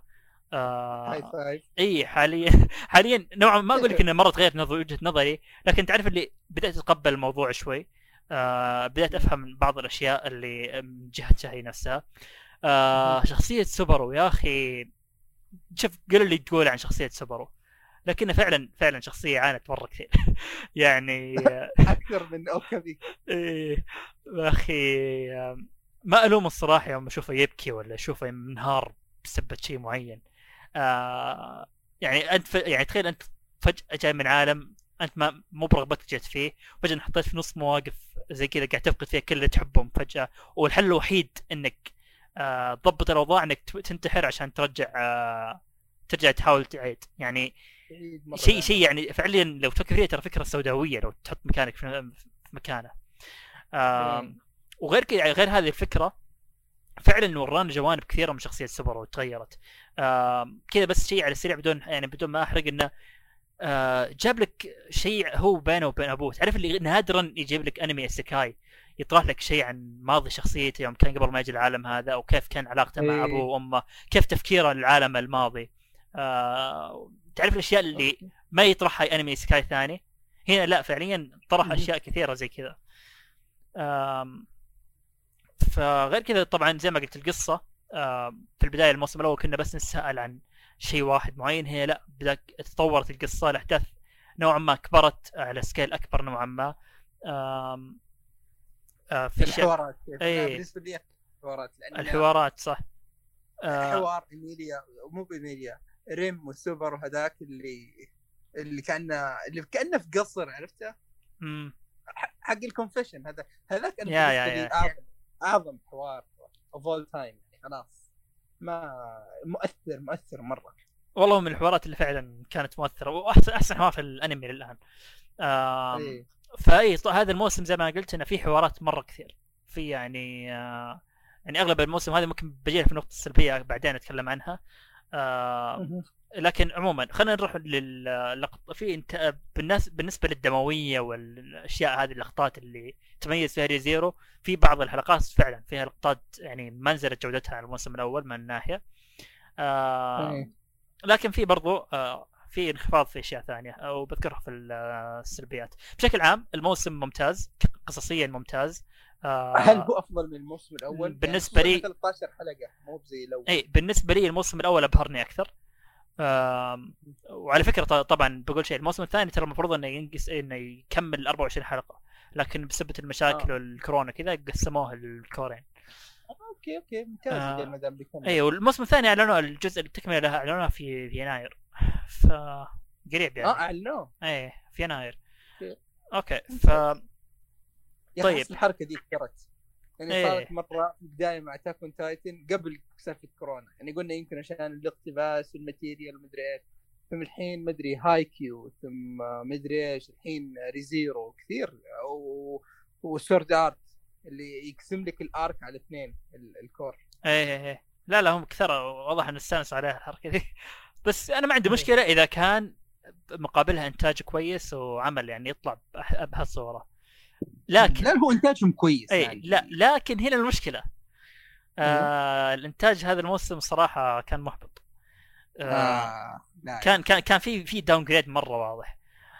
حاليا نوعا ما اقول لك انه مره تغير وجهه نظري، لكن تعرف اللي بدأت اتقبل الموضوع شوي. بدأت افهم بعض الاشياء اللي من جهتها هي نفسها. شخصيه سوبرو يا اخي، شوف قل اللي تقول عن شخصيه سوبرو، لكنه فعلا شخصيه عانت مره كثير. يعني اكثر من اوكابي. يا اخي ما الوم الصراحه يوم اشوفه يبكي ولا اشوفه منهار بسبب شيء معين. يعني انت يعني تخيل انت فجأة جاي من عالم انت ما مو برغبتك جت فيه، فجاه انحطيت في نص مواقف زي كذا قاعد تفقد فيها كل اللي تحبهم فجاه، والحل الوحيد انك تضبط الاوضاع انك تنتحر عشان ترجع تحاول تعيد يعني. شيء يعني فعليا لو تفكر فيها ترى فكره سوداويه لو تحط مكانك في مكانه. وغير كذا غير هذه الفكره فعلا ورانا جوانب كثيره من شخصيه سوبرو تغيرت. كذا بس شيء على السريع بدون ما احرق انه جاب لك شيء هو بينه وبين ابوه. تعرف اللي نادرا يجيب لك انمي استيكاي يطرح لك شيء عن ماضي شخصيته يوم كان قبل ما يجي العالم هذا، او كيف كان علاقته مع ابوه وامه، كيف تفكيره للعالم الماضي. تعرف الاشياء اللي ما يطرحها انمي استيكاي ثاني، هنا لا فعليا طرح اشياء كثيره زي كذا. فغير كذا طبعا زي ما قلت القصه في البدايه الموسم الاول كنا بس نسأل عن شيء واحد معين، هي لا بدأت تطورت القصه، الاحداث نوعا ما كبرت على سكيل اكبر نوعا ما. في الحوارات بالنسبه لي الحوارات صح. حوار إيميليا مو بإيميليا ريم والسوبر وهذاك اللي كأنه في قصر عرفته حق الكونفيشن هذاك أنا بالنسبة لي أعظم حوار of all time يعني خلاص ما مؤثر مرة والله من الحوارات اللي فعلا كانت مؤثرة وأحسن حوار في الأنمي للآن. فأي هذا الموسم زي ما قلت إنه في حوارات مرة كثير في يعني أغلب الموسم هذا ممكن بجي في نقطة سلبية بعدين أتكلم عنها. لكن عموما خلينا نروح للقطة في انت بالنسبة للدموية والأشياء هذه اللقطات اللي تميز فيها ريزيرو. في بعض الحلقات فعلا فيها لقطات يعني ما نزلت جودتها على الموسم الأول من ناحية لكن في برضو في انخفاض في أشياء ثانية وبذكرها في السلبيات. بشكل عام الموسم ممتاز قصصيا ممتاز. هل هو افضل من الموسم الاول؟ بالنسبه لي 13 حلقه مو زي الاول. اي بالنسبه لي الموسم الاول ابهرني اكثر. وعلى فكره طبعا بقول شيء الموسم الثاني ترى المفروض انه يكمل 24 حلقه لكن بسبب المشاكل والكورونا كذا قسموه الكورين. اوكي ممتاز ما دام بيكمل. اي والموسم الثاني اعلنوا الجزء التكمله لها اعلنوها في يناير ف قريب يعني. اعلنوه اي في يناير. اوكي طيب الحركه دي كثرت يعني صارت مره في البدايه مع تاك اون تايتن قبل سالفه كورونا يعني قلنا يمكن عشان الاقتباس والماتيريال ومدري ايش ثم الحين مدري هايكيو ثم مدري ايش الحين ريزيرو كثير وسورد ارت اللي يقسم لك الارك على اثنين الكور. ايه لا هم كثر واضح ان استانس عليها الحركه دي بس انا ما عندي مشكله اذا كان مقابلها انتاج كويس وعمل يعني يطلع بهالصوره لكن لا هو انتاجهم كويس يعني. لا لكن هنا المشكله الانتاج هذا الموسم صراحه كان محبط. كان في داون جريد مره واضح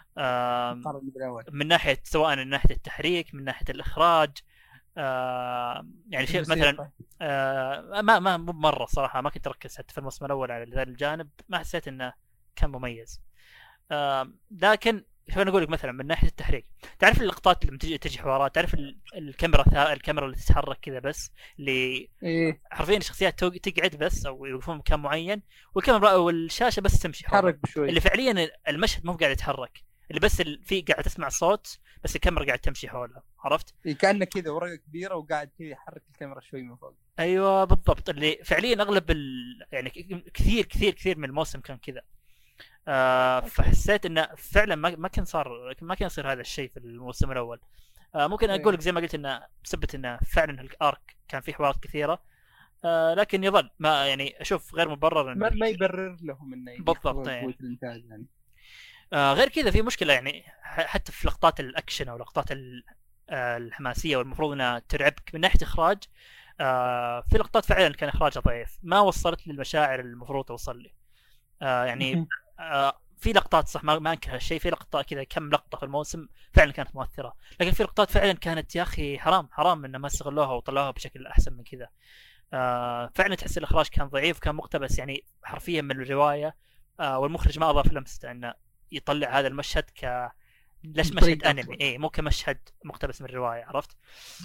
من ناحيه سواء من ناحيه التحريك من ناحيه الاخراج. يعني شيء مثلا ما مره صراحه ما كنت اركز حتى في الموسم الاول على ذا الجانب ما حسيت انه كان مميز. لكن خلينا نقول لك مثلا من ناحيه التحريك تعرف اللقطات اللي تجي حوارات تعرف الكاميرا اللي تتحرك كذا بس اللي حرفيا الشخصيات تقعد بس او يوقفون مكان معين والكاميرا والشاشه بس تمشي تحرك بشوي اللي فعليا المشهد مو قاعد يتحرك اللي بس في قاعد تسمع صوت بس الكاميرا قاعد تمشي حولها عرفت كأنه كذا ورقه كبيره وقاعد كذا يحرك الكاميرا شوي من فوق. ايوه بالضبط اللي فعليا اغلب يعني كثير من الموسم كان كذا. فحسيت انه فعلا ما كان يصير هذا الشيء في الموسم الاول. ممكن اقول لك زي ما قلت انه بسبب انه فعلا الارك كان فيه حوارات كثيره لكن يظل ما يعني اشوف غير مبرر ما يبرر لهم انه بالضبط يعني. غير كذا في مشكله يعني حتى في لقطات الاكشن او لقطات الحماسيه والمفروض انها ترعبك من ناحيه اخراج. في لقطات فعلا كان اخراجها ضعيف ما وصلت لي المشاعر المفروض توصل لي. يعني في لقطات صح ما انكر هالشيء في لقطه كذا كم لقطه في الموسم فعلا كانت مؤثره لكن في لقطات فعلا كانت يا اخي حرام انه ما استغلوها وطلعوها بشكل احسن من كذا. فعلا تحس الاخراج كان ضعيف كان مقتبس يعني حرفيا من الروايه. والمخرج ما اضاف لمسته انه يطلع هذا المشهد مشهد انمي مو كمشهد مقتبس من الروايه عرفت.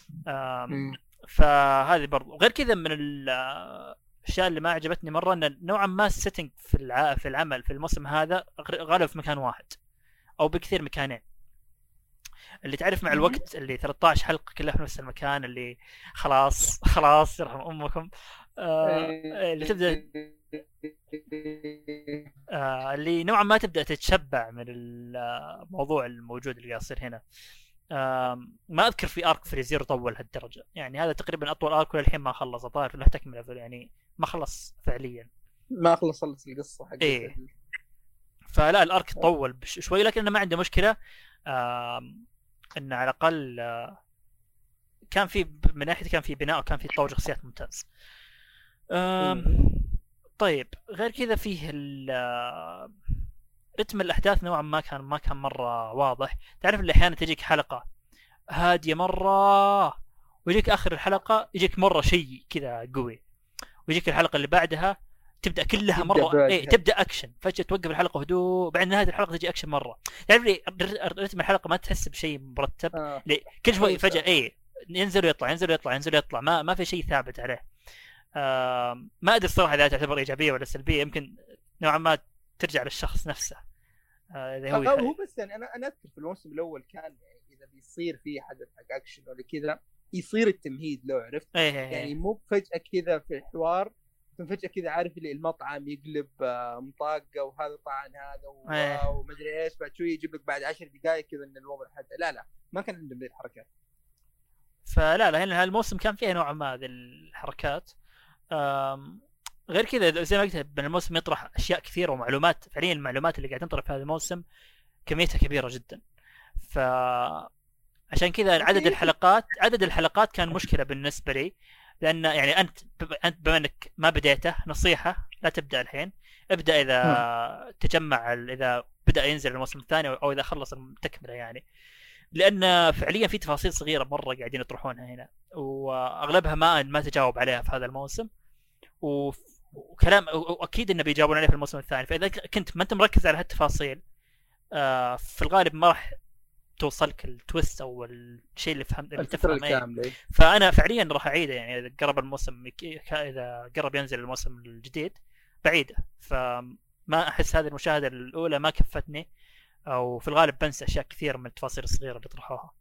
فهذه برضو غير كذا من الاشياء اللي ما عجبتني مره ان نوعا ما السيتنج في العمل في الموسم هذا غالب في مكان واحد او بكثير مكانين. اللي تعرف مع الوقت اللي 13 حلقه كلها في نفس المكان، اللي خلاص يرحم امكم. اللي تبدا اللي نوعا ما تبدا تتشبع من الموضوع الموجود اللي قاعد يصير هنا. ما اذكر في ارك فريزيرو طول هالدرجه، يعني هذا تقريبا اطول ارك للحين ما خلص، الظاهر له تكمله يعني ما خلص فعليا، ما خلص القصه حقتها. إيه. فلا الارك طول شوي، لكن ما عنده مشكله. ان على الاقل كان في من ناحيه كان في بناء وكان في تطور شخصيات ممتاز. طيب غير كذا فيه رتم الاحداث نوعا ما كان مره واضح. تعرف اللي احيانا تجيك حلقه هاديه مره ويجيك اخر الحلقه يجيك مره شيء كذا قوي، ويجيك الحلقه اللي بعدها تبدا كلها مره تبدا اكشن، فجاه توقف الحلقه هدوء، بعد نهايه الحلقه تجي اكشن مره. تعرف لي رتم الحلقه ما تحس بشيء مرتب. كل شوي فجاه ينزل ويطلع ما في شيء ثابت عليه. ما ادري الصراحه اذا تعتبر ايجابيه ولا سلبيه، يمكن نوعا ما ترجع للشخص نفسه. هو بس يعني انا اذكر في الموسم الاول كان يعني اذا بيصير في حدث حق اكشن ولا كذا يصير التمهيد لو عرفت. يعني مو فجاه كذا في الحوار فجاه كذا عارف اللي المطعم يقلب مطاقه وهذا طعن هذا ومدري ايش، بعد شوي يجيب لك بعد 10 دقائق كذا ان الوضع حتى لا ما كان عندهم ذي الحركات. فلا هنا هالموسم كان فيه نوعا ما ذي الحركات. غير كذا زي ما قلت من الموسم يطرح اشياء كثيره ومعلومات، فعليا المعلومات اللي قاعد تنطرح في هذا الموسم كميتها كبيره جدا. عشان كذا عدد الحلقات كان مشكله بالنسبه لي، لان يعني انت بما انك ما بديته، نصيحه لا تبدا الحين، ابدا اذا تجمع اذا بدا ينزل الموسم الثاني او اذا خلص التكمله يعني، لان فعليا في تفاصيل صغيره مره قاعدين يطرحونها هنا واغلبها ما تجاوب عليها في هذا الموسم، وكلام واكيد انه بيجاوبون عليه في الموسم الثاني. فاذا كنت ما انت مركز على هالتفاصيل في الغالب ما راح توصلك التويست او الشيء اللي تفهمه. فانا فعليا راح اعيده، يعني اذا قرب الموسم اذا قرب ينزل الموسم الجديد بعيده. فما احس هذه المشاهده الاولى ما كفتني، او في الغالب بنسى اشياء كثيره من التفاصيل الصغيره اللي طرحوها.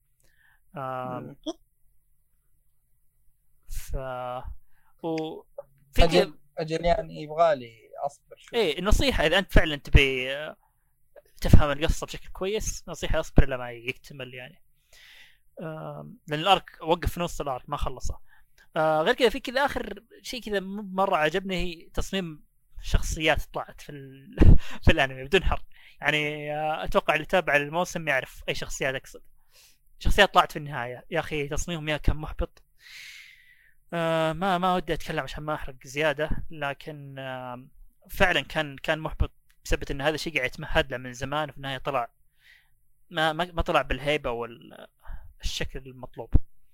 اجل يعني يبغالي اصبر شوي. ايه النصيحه اذا انت فعلا تبي تفهم القصه بشكل كويس، نصيحه اصبر لما يكتمل يعني. لان الارك وقف في نص الارك ما خلصه. غير كذا في كذا اخر شيء كذا مره عجبني، هي تصميم شخصيات طلعت في الانمي بدون حرق يعني. اتوقع اللي تابع الموسم يعرف اي شخصيات اقصد. شخصيات طلعت في النهايه يا اخي تصميمهم يا كان محبط. ما ودي اتكلم عشان ما احرق زياده، لكن فعلا كان محبط بسبب ان هذا الشيء قاعد يتمهد له من زمان، وفي النهايه طلع ما طلع بالهيبه والشكل المطلوب.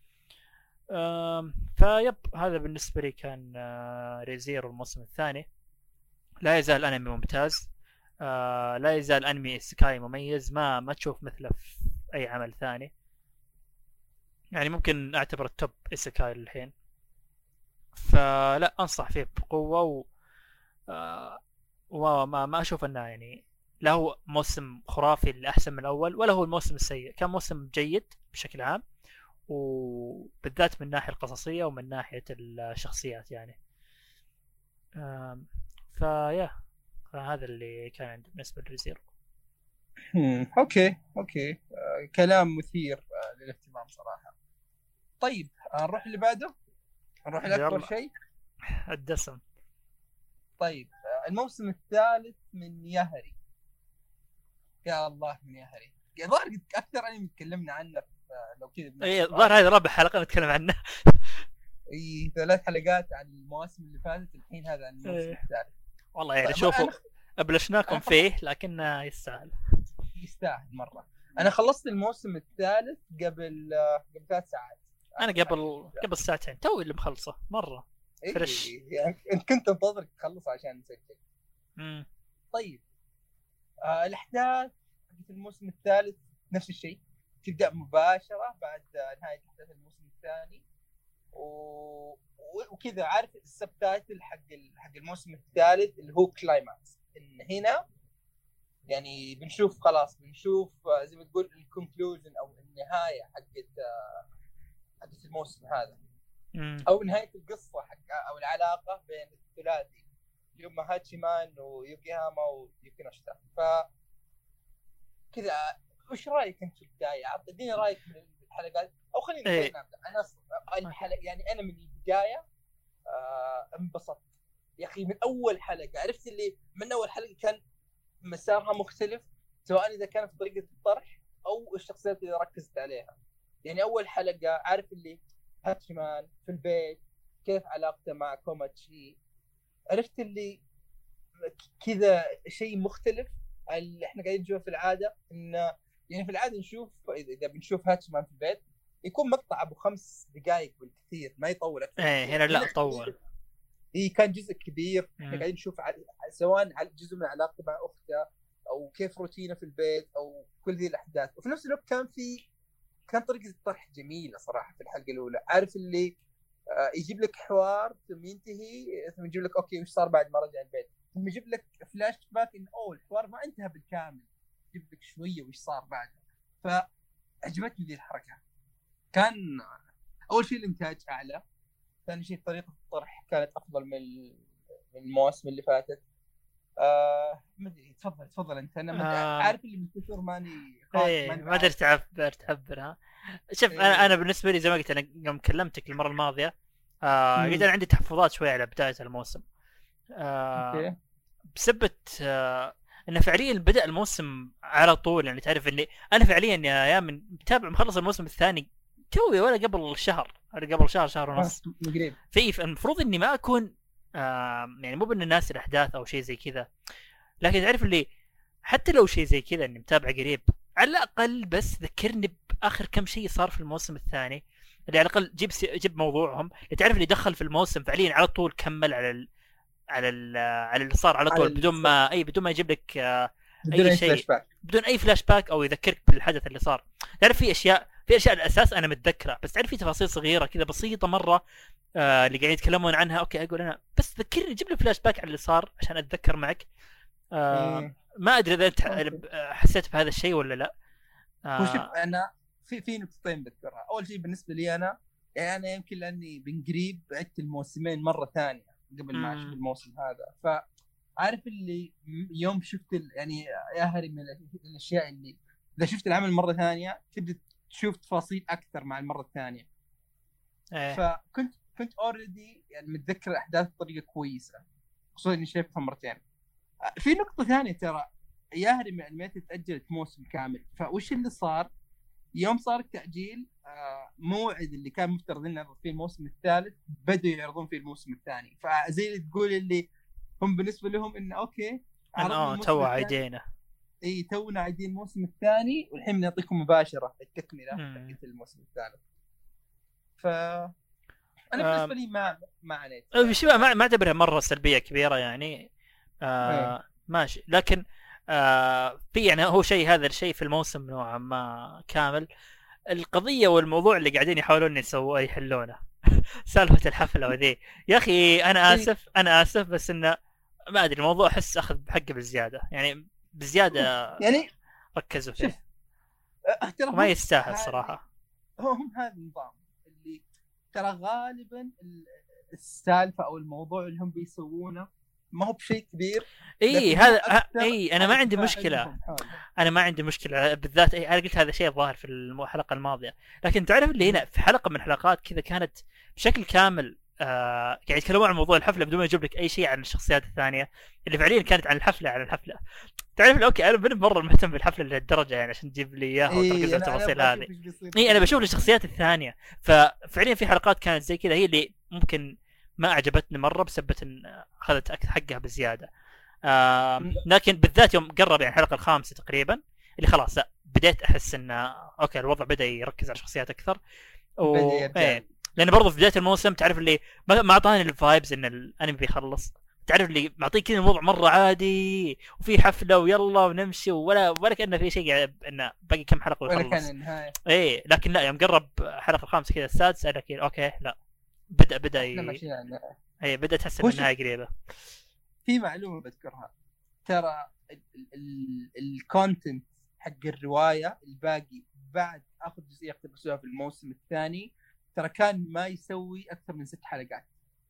فيب هذا بالنسبه لي كان ريزيرو الموسم الثاني. لا يزال انمي ممتاز، لا يزال انمي سكاي مميز، ما تشوف مثله في اي عمل ثاني. يعني ممكن اعتبر التوب إيسيكاي الحين، فلا انصح فيه بقوه. وما اشوف انه يعني لا هو موسم خرافي الاحسن من الاول، ولا هو الموسم السيء، كان موسم جيد بشكل عام، وبالذات من الناحيه القصصيه ومن ناحيه الشخصيات يعني. فهذا اللي كان عندي بالنسبه للريزيرو. اوكي كلام مثير للاهتمام صراحه. طيب نروح اللي بعده، نروح لاكبر شيء الدسم. طيب الموسم الثالث من ياهري. يا الله من ياهري، ظهر اكثر انمي تكلمنا عنه لو كذا. ظهر هذه رابع حلقه نتكلم عنه. 3 حلقات عن المواسم اللي فاتت، الحين هذا عن الموسم الثالث. والله يعني شوفوا ابلشناكم فيه لكن يستاهل مره. انا خلصت الموسم الثالث قبل 3 ساعات. انا قبل ساعتين توي اللي مخلصه مره فريش. يعني انت كنت انتظرك تخلص عشان نسجل. طيب الاحداث في الموسم الثالث نفس الشيء، تبدا مباشره بعد نهايه احداث الموسم الثاني وكذا. عارف السبتايتل حق الموسم الثالث اللي هو كلايماكس، ان هنا يعني بنشوف خلاص بنشوف زي ما تقول الكونكلوجن او النهايه حقت الموسم هذا او نهايه القصه او العلاقه بين الثلاثي اللي هم هاتشيمان ويوكيهاما ويوكينوشتا. ف كذا وش رايك انت في البدايه؟ اديني رايك من الحلقات او خليني نبدا. انا الحلقه يعني انا من البدايه انبسطت يا اخي من اول حلقه. عرفت اللي من اول حلقه كان مسارها مختلف، سواء اذا كانت طريقه الطرح او الشخصيات اللي ركزت عليها. يعني اول حلقه عارف اللي هاتشيمان في البيت كيف علاقته مع كوماتشي، عرفت اللي كذا شيء مختلف اللي احنا قاعدين نشوفه في العاده. ان يعني في العاده نشوف اذا بنشوف هاتشمان في البيت يكون مقطع ابو 5 دقائق بالكثير، ما يطول اكثر. هنا لا طول. كان جزء كبير احنا قاعدين نشوف سواء على جزء من علاقته مع اخته او كيف روتينه في البيت او كل ذي الاحداث. وفي نفس الوقت كان طريقه الطرح جميله صراحه في الحلقه الاولى. عارف اللي يجيب لك حوار ثم ينتهي ثم يجيب لك اوكي وش صار بعد ما رجع البيت، ثم يجيب لك فلاش باك ان الحوار ما انتهى بالكامل، يجيب لك شويه وش صار بعدها. فعجبتني ذي الحركه. كان اول شيء الانتاج اعلى، ثاني شيء طريقه الطرح كانت افضل من المواسم اللي فاتت. ما ادري تفضل انت. انا عارف اللي من كثر ماني ما ادري تعبرها. شوف انا بالنسبه لي زي ما قلت انا يوم كلمتك المره الماضيه قلت انا عندي تحفظات شويه على بدايه الموسم بسبب انه فعليا بدا الموسم على طول. يعني تعرف اني انا فعليا يا من متابع مخلص الموسم الثاني توي ولا قبل شهر ونص في المفروض اني ما اكون يعني مو بان الناس الاحداث او شيء زي كذا، لكن تعرف اللي حتى لو شيء زي كذا اني متابع قريب على الاقل بس ذكرني باخر كم شيء صار في الموسم الثاني، اللي على الاقل جيب موضوعهم اللي تعرف اللي دخل في الموسم فعليا على طول كمل على اللي صار على طول بدون ما يجيب لك اي شيء بدون اي فلاش باك او يذكرك بالحدث اللي صار. تعرف في اشياء الاساس انا متذكره، بس تعرف في تفاصيل صغيره كذا بسيطه مره اللي قاعدين يتكلمون عنها اوكي اقول انا بس ذكرني جيب لي فلاش باك على اللي صار عشان اتذكر معك. ما ادري اذا انت حسيت بهذا الشيء ولا لا. وشوف انا في نقطتين بذكرها. اول شيء بالنسبه لي انا يعني انا يمكن لاني من قريب عدت الموسمين مره ثانيه قبل ما اشوف الموسم هذا، فعارف اللي يوم شفت يعني يا هري من الاشياء اللي اذا شفت العمل مره ثانيه تبدا تشوف تفاصيل اكثر مع المره الثانيه. فكنت اوريدي يعني متذكر الاحداث بطريقه كويسه، خصوصا اني شايفها مرتين. في نقطه ثانيه ترى يا هري من الميت تاجلت موسم كامل، فوش اللي صار يوم صار التاجيل موعد اللي كان مفترض انه في الموسم الثالث بدوا يعرضون في الموسم الثاني. فزي اللي تقول اللي هم بالنسبه لهم انه اوكي تو عيدينا تونا عايدين الموسم الثاني والحين نعطيكم مباشره التكمله حقت الموسم الثالث. ف انا بالنسبه لي ما عانيت ما اعتبرها مره سلبيه كبيره يعني ماشي. لكن في يعني هو شيء هذا الشيء في الموسم نوعا ما كامل القضيه والموضوع اللي قاعدين يحاولون يسووه يحلونه سالفه الحفله وذي. يا اخي انا اسف بس انه ما ادري الموضوع احس اخذ حقه بالزياده يعني يعني ركزوا فيه ما يستاهل صراحه. هم هذا النظام اللي ترى غالبا السالفه او الموضوع اللي هم بيسوونه ما هو بشيء كبير. هذا انا ما عندي مشكله بالذات. انا قلت هذا شيء ظاهر في الحلقه الماضيه، لكن تعرف اللي هنا في حلقه من الحلقات كذا كانت بشكل كامل قاعد يتكلمون عن موضوع الحفله بدون ما يجيب لك اي شيء عن الشخصيات الثانيه اللي فعليا كانت عن الحفله. تعرف اوكي انا مره مهتم بالحفله لهالدرجه يعني عشان تجيب لي اياها وتركز على التفاصيل هذه. انا بشوف الشخصيات الثانيه. ففعليا في حلقات كانت زي كذا هي اللي ممكن ما أعجبتني مرة بسبب إن أخذت حقها بزيادة. لكن بالذات يوم قرب يعني الحلقة الخامسة تقريبا اللي خلاص بديت أحس إن أوكي الوضع بدأ يركز على الشخصيات أكثر. لأن برضو في بداية الموسم تعرف اللي ما أعطاني الفايبز إن الأنمي بيخلص. تعرف اللي معطيك كذا الموضوع مرة عادي وفي حفلة ويلا ونمشي ولا كأنه في شيء إنه باقي كم حلقة ويخلص. لكن لا يوم قرب الحلقة الخامسة كذا السادسة لكن أوكي لا بدأ بدأ تحس ان النهاية قريبة. في معلومة بذكرها ترى الكونتنت حق الروايه الباقي بعد اخر جزئيه اقتبسوها في الموسم الثاني ترى كان ما يسوي اكثر من 6 حلقات.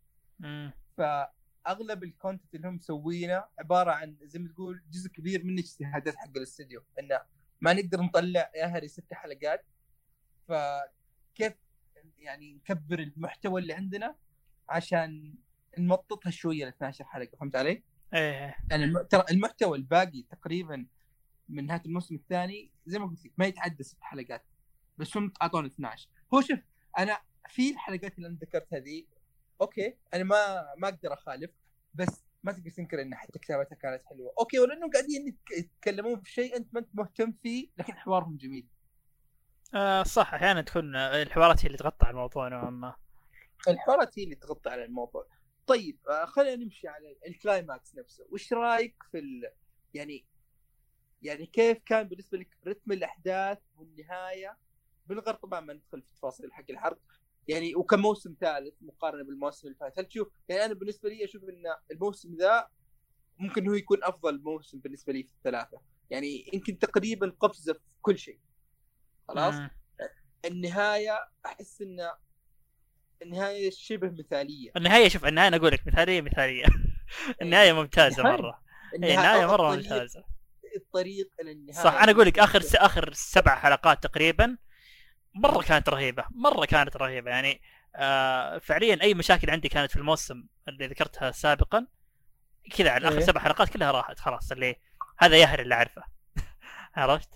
فاغلب الكونتنت اللي هم مسوينه عباره عن زي ما تقول جزء كبير من اجتهادات حق الاستديو انه ما نقدر نطلع يا هري 6 حلقات، فكيف يعني نكبر المحتوى اللي عندنا عشان نمططها شويه ل 12 حلقه. فهمت علي؟ ايه يعني ترى المحتوى الباقي تقريبا من نهايه الموسم الثاني زي ما قلت لك ما يتعدى 6 حلقات، بس هم اعطونا 12. هو شوف انا في الحلقات اللي انا ذكرتها ذي اوكي انا ما اقدر اخالف، بس ما تقدر تنكر ان حتى كتابتها كانت حلوه اوكي، ولانه قاعدين يتكلمون في شيء انت ما انت مهتم فيه لكن حوارهم جميل. صح، احيانا تكون الحوارات هي اللي تغطي على الموضوع نوعا ما. الحوارات هي اللي تغطي على الموضوع. طيب خلينا نمشي على الكلايماكس نفسه. وش رايك في يعني كيف كان بالنسبه لك رتم الاحداث والنهايه، بالغير طبعا ما ندخل في تفاصيل حق الحرق يعني، وكموسم ثالث مقارنه بالموسم اللي فات؟ هل تشوف يعني انا بالنسبه لي اشوف ان الموسم ذا ممكن هو يكون افضل موسم بالنسبه لي في الثلاثه، يعني يمكن تقريبا قفزه في كل شيء. خلاص النهايه احس ان النهايه شبه مثاليه. النهايه شوف النهايه انا اقول لك مثاليه النهايه ممتازه مره. النهايه مره ممتازه. الطريق الى النهايه صح، انا اقول لك اخر 7 حلقات تقريبا مره كانت رهيبه يعني. فعليا اي مشاكل عندي كانت في الموسم اللي ذكرتها سابقا كذا على اخر 7 حلقات كلها راحت خلاص، اللي هذا ياهر اللي عارفه. عرفت؟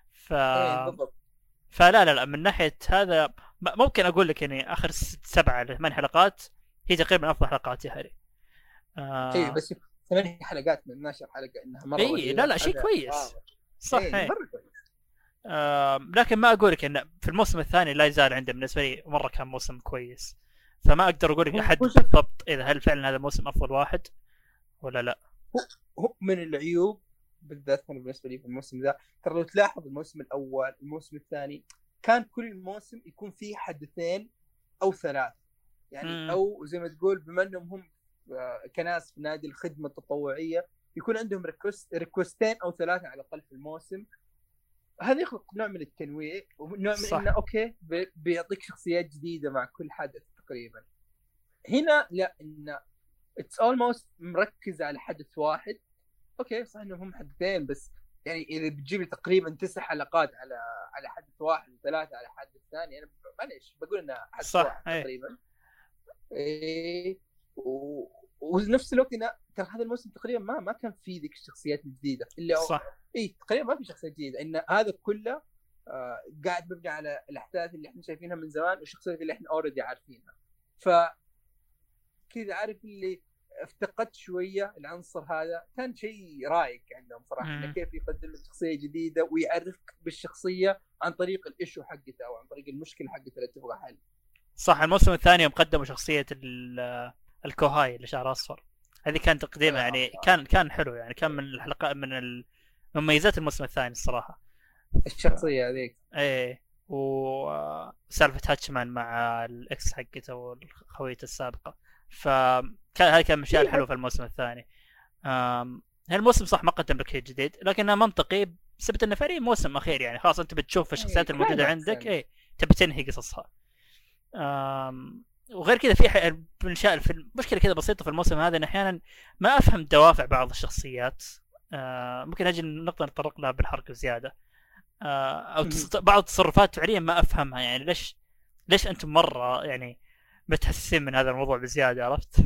فلا من ناحيه هذا ممكن اقول لك يعني اخر 7 ل 8 حلقات هي تقريبا افضل حلقات يا هري. اي بس 8 حلقات من 12 حلقه انها مره اي لا شيء كويس. صح مره كويس. لكن ما اقول لك ان في الموسم الثاني لا يزال عنده بالنسبه لي مره كان موسم كويس، فما اقدر اقول لك احد بالضبط اذا هل فعلا هذا موسم افضل واحد ولا لا. هو من العيوب بالذات كان بالنسبه لي في الموسم ذا، ترى لو تلاحظ الموسم الاول الموسم الثاني كان كل الموسم يكون فيه حدثين او 3 يعني او زي ما تقول بما انهم هم كناس في نادي الخدمه التطوعيه يكون عندهم ريكوستين او 3 على الاقل في الموسم. هذا يخلق نوع من التنويع ونوع من انه اوكي بيعطيك شخصيات جديده مع كل حدث تقريبا. هنا لا، انه اتس اولموست مركز على حدث واحد. اوكي صح انهم هم حدثين بس يعني اذا بتجيب لي تقريبا 9 حلقات على حدث واحد و3 على حدث ثاني انا معليش بقول انه حدث واحد تقريبا. ونفس الوقت ترى هذا الموسم تقريبا ما كان فيه ذيك الشخصيات الجديده اللي صح. تقريبا ما في شخصيات جديده، ان هذا كله قاعد مبني على الاحداث اللي احنا شايفينها من زمان والشخصيات اللي احنا اوريدي عارفينها. ف كذا عارف اللي افتقدت شويه العنصر هذا. كان شيء رايق عندهم صراحه انه كيف يقدم لك شخصيه جديده ويعرفك بالشخصيه عن طريق الايشو حقتها او عن طريق المشكله حقتها اللي تبغى حل. صح، الموسم الثاني يوم قدموا شخصيه الكوهاي اللي شعره اصفر، هذه كان تقديمها يعني كان حلو يعني، كان من الحلقه من مميزات الموسم الثاني الصراحه الشخصيه هذيك. ايه وسالفه هاتشمان مع الاكس حقته والخويته السابقه، فكان هذا كان مشاعر الحلو في الموسم الثاني. هالموسم صح ما قدم لك شيء جديد لكنه منطقي بسبب انه فريق موسم اخير يعني خلاص انت بتشوف الشخصيات الموجوده عندك تبي تنهي قصصها. وغير كذا في مشكله كذا بسيطه في الموسم هذا ان احيانا ما افهم دوافع بعض الشخصيات. ممكن هذه النقطه نتطرق لها بالحرق زياده. او بعض التصرفات فعليا ما افهمها يعني ليش انتم مره يعني متحسسين من هذا الموضوع بزياده، عرفت؟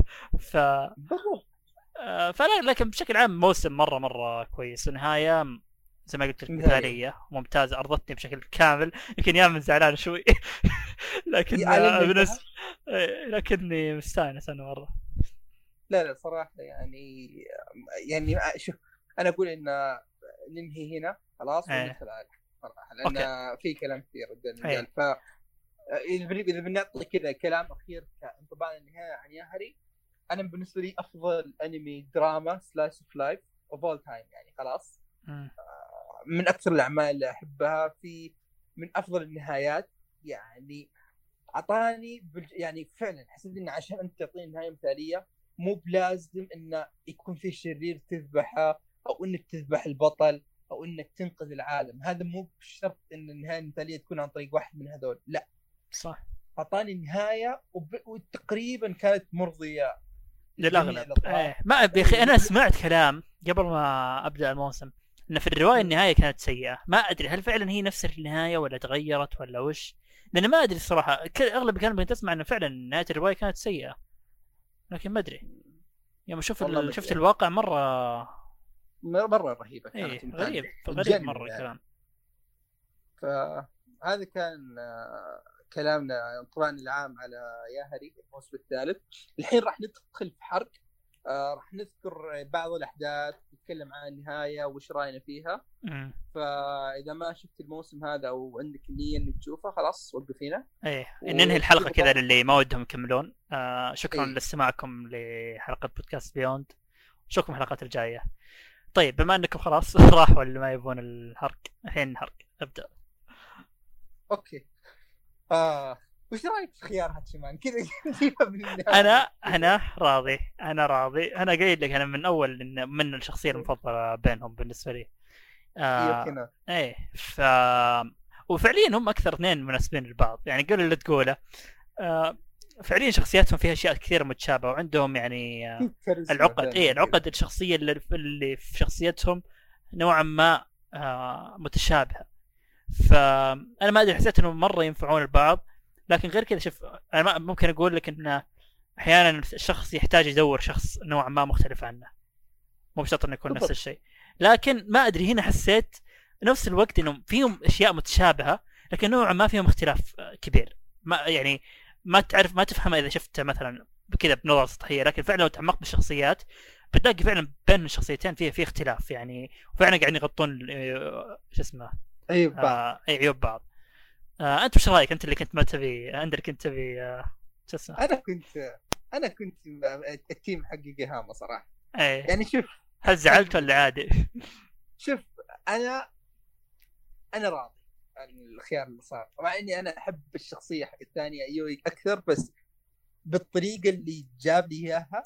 فلا لكن بشكل عام موسم مره كويس ونهايه زي ما قلت لك مثاليه ممتازه ارضتني بشكل كامل. يمكن يامن زعلان شوي لكن لكني مستانس انا مره. لا صراحه يعني شوف انا اقول ان ننهي هنا خلاص وندخل على صراحه لان في كلام كثير قدام. ف اذا بنعطي كذا كلام اخير كانطباع النهايه عن ياهري، انا بالنسبه لي افضل انمي دراما سلاش اوف لايف اوف اول تايم يعني خلاص. من اكثر الاعمال اللي احبها، في من افضل النهايات يعني. اعطاني يعني فعلا حسيت انه عشان انت تعطيني نهايه مثاليه مو بلازم انه يكون في شرير تذبحه او انك تذبح البطل او انك تنقذ العالم. هذا مو بشرط ان النهايه المثاليه تكون عن طريق واحد من هذول، لا. صح. اعطاني نهايه وتقريبا كانت مرضيه لجميع للاغلب. الاطراف. ما يا اخي انا سمعت كلام قبل ما ابدا الموسم ان في الروايه النهايه كانت سيئه. ما ادري هل فعلا هي نفس النهايه ولا تغيرت ولا وش، لان ما ادري الصراحه. اغلب كان بتسمع انه فعلا نهايه الروايه كانت سيئه، لكن ما ادري يوم شفت الواقع مره رهيبه كانت. غريب غريب مره يعني. الكلام. فهذا كان كلامنا انطباعنا العام على ياهري الموسم الثالث. الحين راح ندخل في حرق. راح نذكر بعض الأحداث، نتكلم عن النهاية وش رأينا فيها. فإذا ما شفت الموسم هذا أو عندك نية إنك تشوفه خلاص وقفينا. ننهي الحلقة كذا للي ما ودهم يكملون. شكرا لاستماعكم لحلقة بودكاست بيوند. نشوفكم الحلقات الجاية. طيب بما أنكم خلاص راحوا اللي ما يبون الحرق، الحين نحرق. ابدأ. أوكي. وش رايك في خيار هاتشيمان كذا؟ انا راضي. انا قايل لك انا من اول ان من الشخصيه المفضله بينهم بالنسبه لي. ايه وفعليا هم اكثر اثنين مناسبين للبعض، يعني قول اللي تقوله. فعليا شخصياتهم فيها اشياء كثيره متشابهه، وعندهم يعني العقد. العقد الشخصيه اللي في شخصيتهم نوعا ما متشابهه. فانا ما ادري، حسيت انهم مره ينفعون البعض. لكن غير كذا شوف، انا ممكن اقول لك ان احيانا الشخص يحتاج يدور شخص نوعا ما مختلف عنه، مو بشرط انه يكون نفس الشيء. لكن ما ادري هنا حسيت نفس الوقت انهم فيهم اشياء متشابهه لكن نوعا ما فيهم اختلاف كبير. ما يعني ما تعرف ما تفهم اذا شفت مثلا كذا بنظره سطحيه، لكن فعلا لو تعمقت بالشخصيات بتلاقي فعلا بين الشخصيتين في اختلاف يعني، وفعلا قاعدين يغطون شو اسمه عيوب بعض. انت وش رايك؟ انت اللي كنت ما تبي عندك، كنت تبي شو اسمه؟ انا كنت التيم حق جهامة صراحه. يعني شوف، هل زعلت ولا عادي؟ شوف انا راضي عن الخيار اللي صار، مع اني انا احب الشخصيه حق الثانيه يوي اكثر، بس بالطريقه اللي جاب لي اياها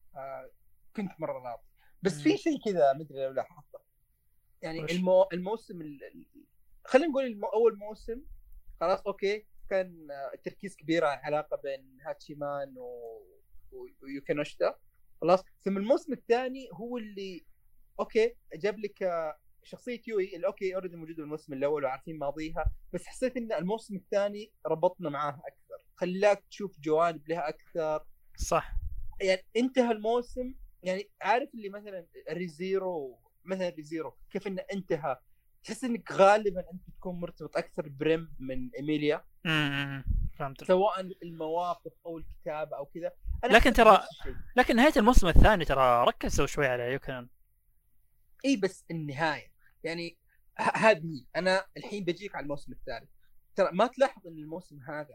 كنت مره راضي. بس في شيء كذا ما ادري لو لاحظته يعني. الموسم خلينا نقول اول موسم خلاص اوكي، كان التركيز كبير على العلاقه بين هاتشيمان ويوكينوشتا خلاص. ثم الموسم الثاني هو اللي اوكي جاب لك شخصيه يوي اللي اوكي اوريدي موجوده في الموسم الاول وعارفين ماضيها، بس حسيت ان الموسم الثاني ربطنا معاها اكثر، خلاك تشوف جوانب لها اكثر. صح. يعني انتهى الموسم يعني عارف اللي مثلا ريزيرو كيف انه انتهى، تحس انك غالبا انت تكون مرتبط اكثر بريم من ايميليا. فهمت. سواء المواقف او الكتابه او كذا. لكن نهايه الموسم الثاني ترى ركزوا شوي على يوكينون. بس النهايه يعني هذه انا الحين بجيك على الموسم الثالث. ترى ما تلاحظ ان الموسم هذا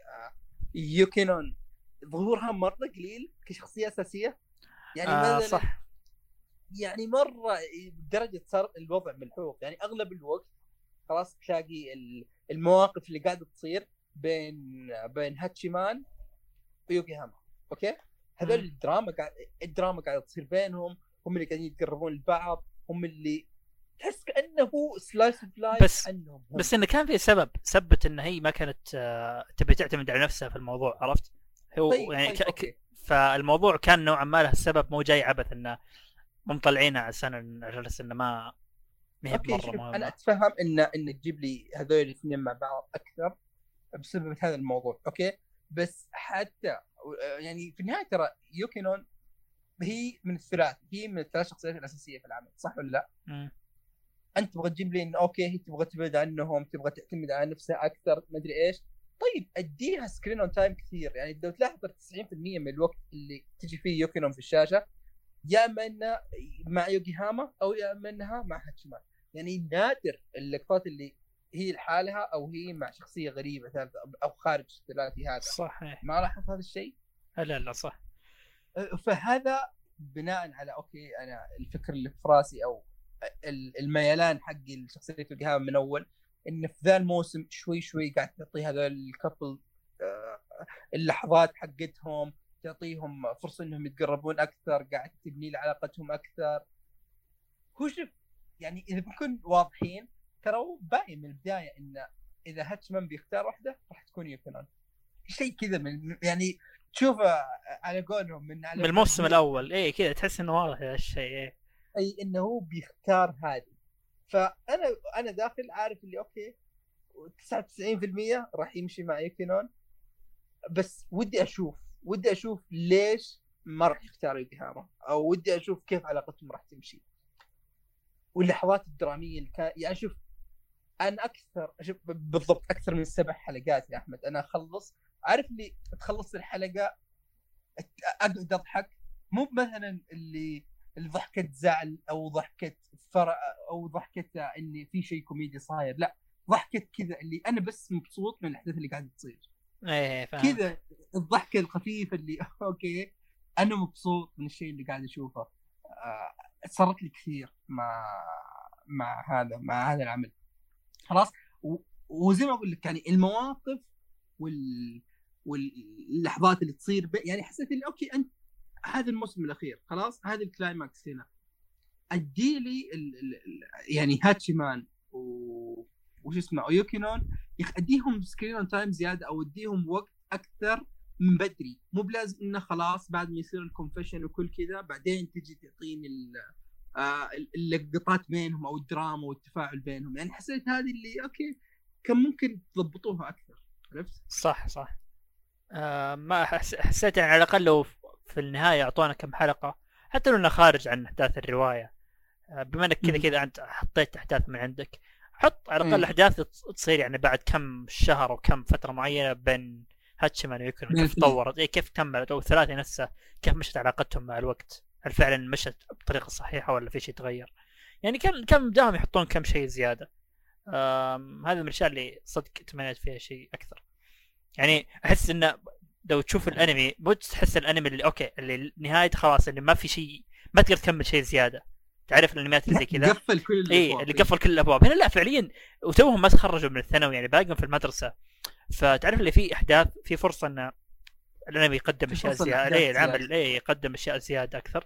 يوكينون ظهورها مره قليل كشخصيه اساسيه يعني. صح. يعني مره بدرجه صار الوضع ملحوق يعني. اغلب الوقت خلاص تلاقي المواقف اللي قاعده تصير بين هاتشيمان ويوكيهاما اوكي. هذول الدراما قاعده تصير بينهم، هم اللي قاعدين يتقربون لبعض، هم اللي تحس كانه سلايس اوف لايف عنهم. بس انه كان في سبب ثبت ان هي ما كانت تبي تعتمد على نفسها في الموضوع، عرفت؟ هو يعني فالموضوع كان نوعا ما له سبب، مو جاي عبث انه مطلعينه على اساس انه ما هي مره. انا اتفهم ان تجيب لي هذول الاثنين مع بعض اكثر بسبب هذا الموضوع اوكي. بس حتى يعني في النهايه ترى يوكينون هي من الثلاث شخصيات الاساسيه في العمل، صح ولا لا؟ انت تبغى تجيب لي انه اوكي هي تبغى تبعد عنهم، تبغى تعتمد على نفسها اكثر، ما ادري ايش. طيب اديها سكرين اون تايم كثير يعني. لو تلاحظ 90% من الوقت اللي تجي فيه يوكينون في الشاشه يا اما انها مع يوكيهاما او يا اما انها مع هاتشيمان. يعني نادر اللقطات اللي هي لحالها او هي مع شخصيه غريبه ثالثه او خارج الثلاثي هذا. صحيح. ما لاحظت هذا الشيء؟ لا صح. فهذا بناء على اوكي انا الفكر اللي في راسي او الميلان حقي لشخصيه يوكيهاما من اول، ان في ذا الموسم شوي قاعد تعطي هذا الكابل اللحظات حقتهم، تعطيهم فرصه انهم يتقربون اكثر، قاعد تبني علاقتهم اكثر. هو شوف يعني اذا بنكون واضحين ترى باين من البدايه ان اذا هاتشمان بيختار واحده راح تكون يوكينون. شيء كذا من يعني تشوف على قولهم من على بالموسم الاول ايه كذا تحس انه واضح هالشيء ايه. اي انه هو بيختار هذه. فانا داخل عارف اللي اوكي 99% راح يمشي مع يوكينون، بس ودي اشوف ليش ما راح يختار يوكيهاما، او ودي اشوف كيف علاقتهم راح تمشي واللحظات الدراميه اللي كان يعني. شوف انا اشوف بالضبط اكثر من 7 حلقات يا احمد انا اخلص عارف اللي تخلص الحلقه اقعد اضحك، مو مثلا اللي ضحكه زعل او ضحكه فرح او ضحكه ان في شيء كوميدي صاير، لا ضحكه كذا اللي انا بس مبسوط من الاحداث اللي قاعده تصير. ايه فاهم كذا الضحكه الخفيفه اللي اوكي انا مبسوط من الشيء اللي قاعد اشوفه. صارت لي كثير مع هذا العمل خلاص. وزي ما اقول لك يعني المواقف واللحظات اللي تصير يعني حسيت اللي اوكي انت هذا الموسم الاخير خلاص هذا الكلايماكس هنا اديلي يعني هاتشيمان وش اسمه يوكينون اديهم سكرين تايم زياده او اديهم وقت اكثر من بدري، مو بلازم انه خلاص بعد ما يصير الكونفشن وكل كذا بعدين تجي تعطيني اللقطات بينهم او الدراما والتفاعل بينهم. يعني حسيت هذه اللي اوكي كان ممكن تضبطوها اكثر. عرفت صح ما حسيت يعني على الاقل لو في النهايه اعطونا كم حلقه حتى لو انه خارج عن احداث الروايه، بما انك كذا انت حطيت احداث من عندك حط على الاقل احداث تصير يعني بعد كم شهر وكم فتره معينه بين هاتشمان ويوكينون كيف تطورت كيف كملت او الثلاثه نفسها كيف مشت علاقتهم مع الوقت، هل فعلا مشت بطريقه صحيحه ولا في شيء تغير. يعني كان بداهم يحطون كم شيء زياده. هذا من الاشياء اللي صدق تمنيت فيها شيء اكثر. يعني احس انه لو تشوف الانمي مو تحس الانمي اللي اوكي اللي نهايته خلاص اللي ما في شيء ما تقدر تكمل شيء زياده، تعرف الانميات اللي زي كذا قفل كل الابواب. ايه اللي قفل كل الابواب. هنا لا فعليا وتوهم ما تخرجوا من الثانوي يعني باقيين في المدرسه، فتعرف اللي في احداث في فرصه ان الانمي يقدم اشياء زياده ايه العمل ايه يقدم اشياء زياده اكثر.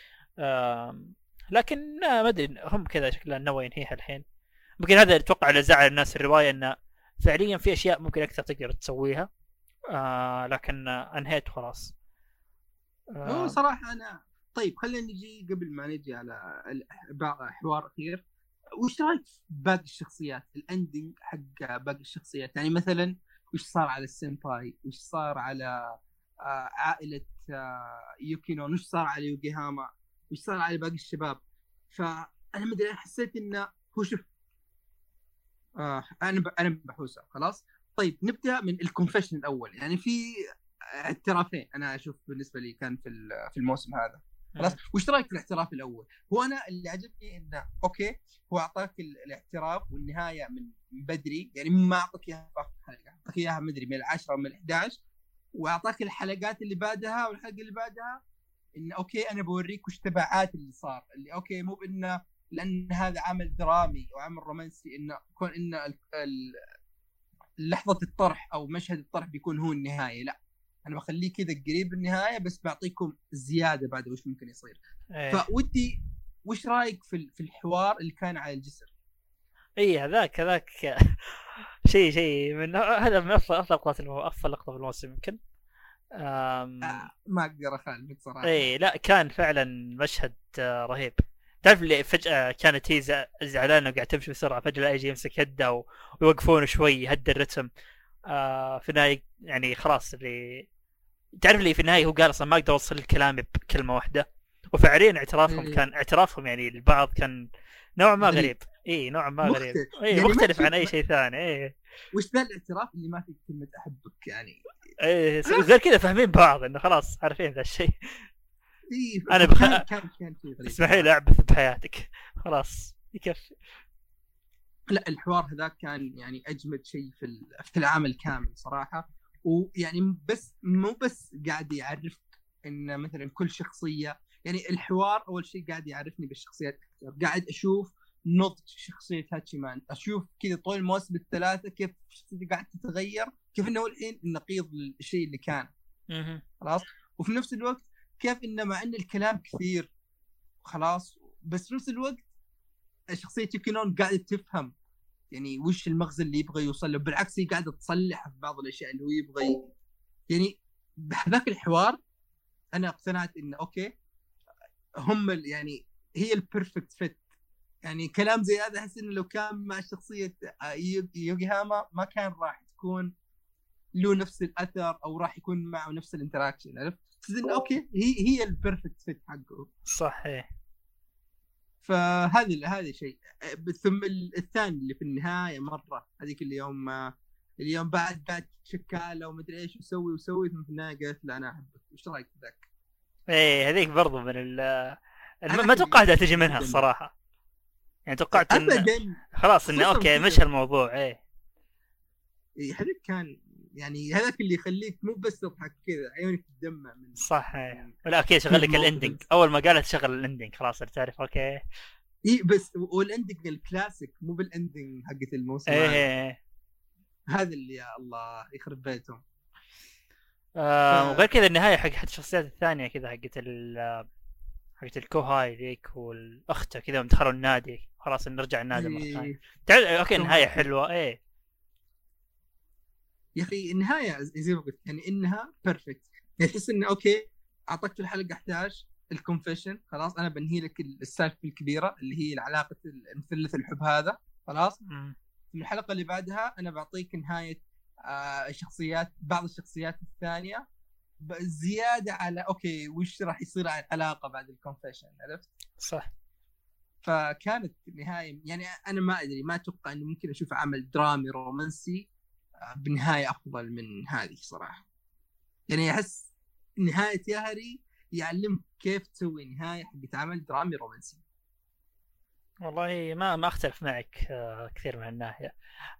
لكن ما ادري هم كذا شكلها ناوي ينهيها الحين. ممكن هذا اتوقع اللي زعل الناس الروايه انه فعليا في اشياء ممكن اكثر تقدر تسويها لكن انهيت خلاص. هو صراحه انا طيب خلينا نجي قبل ما نجي على حوار اخير. وش رايك في باقي الشخصيات الاندنج حق باقي الشخصيات؟ يعني مثلا وش صار على السينباي، وش صار على عائله يوكينون، وش صار على يوغيهاما، وش صار على باقي الشباب. فانا ما ادري حسيت انه هو شوف انا بحوسه خلاص. طيب نبدا من الكونفشن الاول. يعني في اعترافين انا اشوف بالنسبه لي كان في الموسم هذا خلاص. وش رايك في الاعتراف الاول؟ هو انا اللي عجبني انه اوكي هو اعطاك الاعتراف والنهايه من بدري، يعني ما اعطاك اياها في حلقه، اعطاك اياها مدري من 10 من 11 واعطاك الحلقات اللي بعدها والحلقه اللي بعدها ان اوكي انا بوريك وش تبعات اللي صار. اللي اوكي مو بانه لان هذا عمل درامي وعمل رومانسي انه يكون ان لحظه الطرح او مشهد الطرح بيكون هو النهايه، لا انا بخليه كذا قريب النهايه بس بعطيكم زياده بعد وش ممكن يصير. فودي وش رايك في الحوار اللي كان على الجسر؟ اي هذاك شيء من هذا من افضل لقطه في الموسم يمكن. ما اقدر اخالفك صراحه. اي لا كان فعلا مشهد رهيب. تعرف اللي فجاه كانت هي زعلانه وقاعد تمشي بسرعه فجاه لا يجي يمسك يده ويوقفونه شوي يهدي الرتم. في النهايه يعني خلاص اللي تعرف اللي في النهايه هو قال اصلا ما اقدر اوصل الكلام بكلمه واحده. وفعليا اعترافهم كان اعترافهم يعني البعض كان نوعا ما غريب. اي نوعا ما غريب يعني مختلف عن اي شيء ثاني. اي وش ذا الاعتراف اللي ما في كلمه احبك يعني. ايه غير كذا فاهمين بعض انه خلاص عارفين ذا الشيء. إيه انا كان في غريب. اسمحي لي اعبث بحياتك خلاص يكفي. لا الحوار هذا كان يعني اجمد شيء في العمل كامل صراحه. ويعني بس مو بس قاعد يعرفك ان مثلا كل شخصيه، يعني الحوار اول شيء قاعد يعرفني بالشخصيات اكثر. قاعد اشوف نضج شخصيه هاتشيمان، اشوف كذا طول المواسم الثلاثه كيف شخصيته قاعد تتغير، كيف انه الحين النقيض للشيء اللي كان خلاص. وفي نفس الوقت كيف انه مع ان الكلام كثير خلاص بس في نفس الوقت شخصيه يوكينون قاعده تفهم يعني وش المغزى اللي يبغى يوصل له، بالعكس هي قاعده تصلح في بعض الاشياء اللي هو يبغى يعني بهذاك الحوار انا اقتنعت انه اوكي هم يعني هي البيرفكت فيت. يعني كلام زي هذا احس انه لو كان مع شخصيه يوغيهاما ما كان راح تكون له نفس الاثر او راح يكون معه نفس الانتراكشن. عرفت انه اوكي هي البيرفكت فيت حقه. صحيح. فهذا شيء. ثم الثاني اللي في النهايه مره هذيك اليوم بعد شكاله ومدري ايش وسوي ثم في النهايه قالت لا انا احبك. وش رايك في ذاك؟ ايه هذيك برضو من ما توقعتها تجي منها الصراحه. يعني توقعت ان خلاص انه اوكي مش الموضوع. ايه هذاك كان يعني هذاك اللي يخليك مو بس تضحك كذا عيونك تدمع من صح. ايه لا اوكي شغل لك الاندنج اول ما قالت شغل الاندنج خلاص تعرف اوكي. اي بس والاندنج الكلاسيك مو بالاندنج حقت الموسم. ايه هذا اللي يا الله يخرب بيتهم. وغير كذا النهايه حق الشخصيات الثانيه كذا حقت الكوهاي ذيك والاخت كذا دخلوا النادي خلاص نرجع النادي مره ثانيه. اوكي النهايه حلوه. ايه يا اخي النهايه زي ما قلت يعني انها بيرفكت. يعني تحس انه اوكي اعطيك في الحلقه 11 الكونفيشن خلاص انا بنهي لك السالفه الكبيره اللي هي علاقه مثلث الحب هذا خلاص. في الحلقه اللي بعدها انا بعطيك نهايه بعض الشخصيات الثانيه زياده على اوكي وش راح يصير على العلاقه بعد الكونفيشن. عرفت صح. فكانت نهايه يعني انا ما ادري ما اتوقع انه ممكن اشوف عمل درامي رومانسي بنهايه افضل من هذه صراحه. يعني احس نهايه ياهري يعلمك كيف تسوي نهايه حقت عمل درامي رومانسي. والله ما اختلف معك كثير من الناحيه.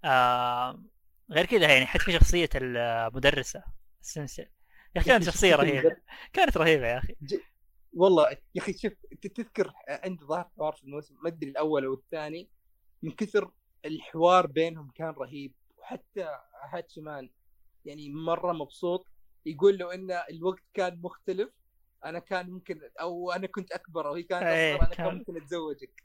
غير كذا يعني حتى في شخصيه المدرسه السنسي يا اخي كانت شخصيه رهيبه. كانت رهيبه يا اخي والله يا اخي. شوف تذكر عند ظهر حوار في الموسم ما ادري الاول او الثاني من كثر الحوار بينهم كان رهيب. وحتى هاتشمان يعني مره مبسوط يقول له ان الوقت كان مختلف انا كان ممكن او انا كنت اكبر وهي كانت اصغر انا كان ممكن اتزوجك.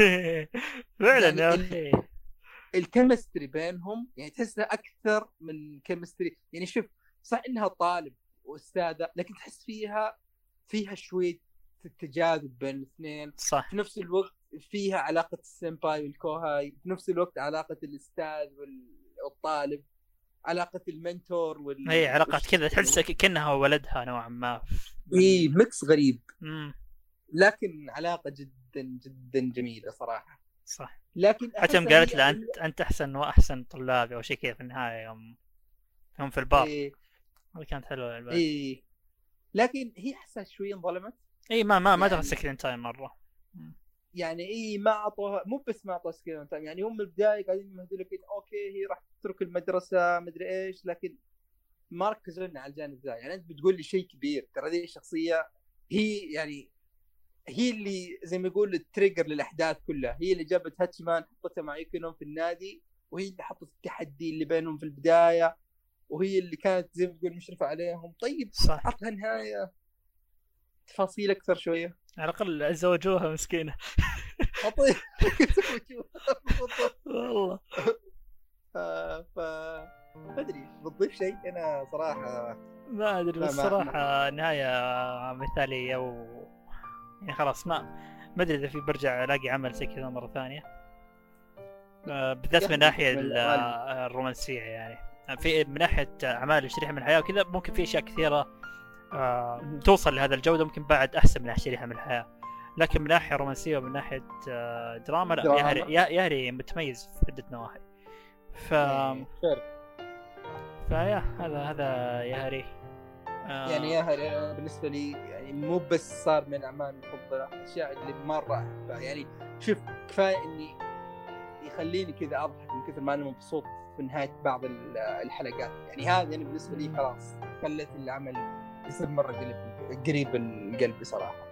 فعلا يا اخي الكيمستري بينهم يعني تحسها اكثر من كيمستري. يعني شوف صح انها طالب واستاذه لكن تحس فيها شويه التجاذب بين الاثنين صح. في نفس الوقت فيها علاقه السيمباي والكوهاي في نفس الوقت علاقه الاستاذ والطالب علاقه المنتور اي علاقات كذا تحس كأنها ولدها نوعا ما. اي ميكس غريب. لكن علاقه جدا جدا جميله صراحه. صح. لكن حتى قالت له انت احسن واحسن طلاب او شيء كذا في النهايه يوم في البار. هذه كانت حلوه الباب. اي لكن هي حسها شوي انظلمت. اي ما دخل سكرين تايم مره. يعني ما اعطوها مو بس ما اعطوها سكرين تايم يعني هم من البدايه قاعدين يمهدوا لك اوكي هي راح تترك المدرسه مدري ايش لكن ما ركزوا لنا على الجانب ذا. يعني انت بتقول لي شيء كبير ترى ذي الشخصيه هي اللي زي ما يقول التريجر للاحداث كلها. هي اللي جابت هاتشمان حطتها مع يوكينون في النادي وهي اللي حطت التحدي اللي بينهم في البدايه وهي اللي كانت زي ما تقول مشرفه عليهم. طيب عطها نهايه تفاصيل اكثر شويه على الاقل زوجوها مسكينه. اعطيه والله. ما ادري بتضيف شيء انا صراحه ما ادري بس صراحه نهايه مثاليه يعني خلاص ما ادري اذا في برجع الاقي عمل زي كذا مره ثانيه بالذات من ناحيه الرومانسيه. يعني في من ناحيه اعمال الشريحه من الحياه وكذا ممكن في اشياء كثيره توصل لهذا الجوده ممكن بعد احسن من شريحه من الحياه. لكن من ناحيه رومانسيه ومن ناحيه دراما لا ياهري متميز في عده نواحي. فيا هذا ياهري. يعني ياهري بالنسبه لي يعني مو بس صار من اعمال المفضله الاشياء اللي مره احبها. يعني شوف كفايه اني يخليني كذا اضحك من كثر ما انا مبسوط في نهايه بعض الحلقات. يعني هذا يعني بالنسبه لي خلاص خلت العمل يصير مره قريب القلب صراحه.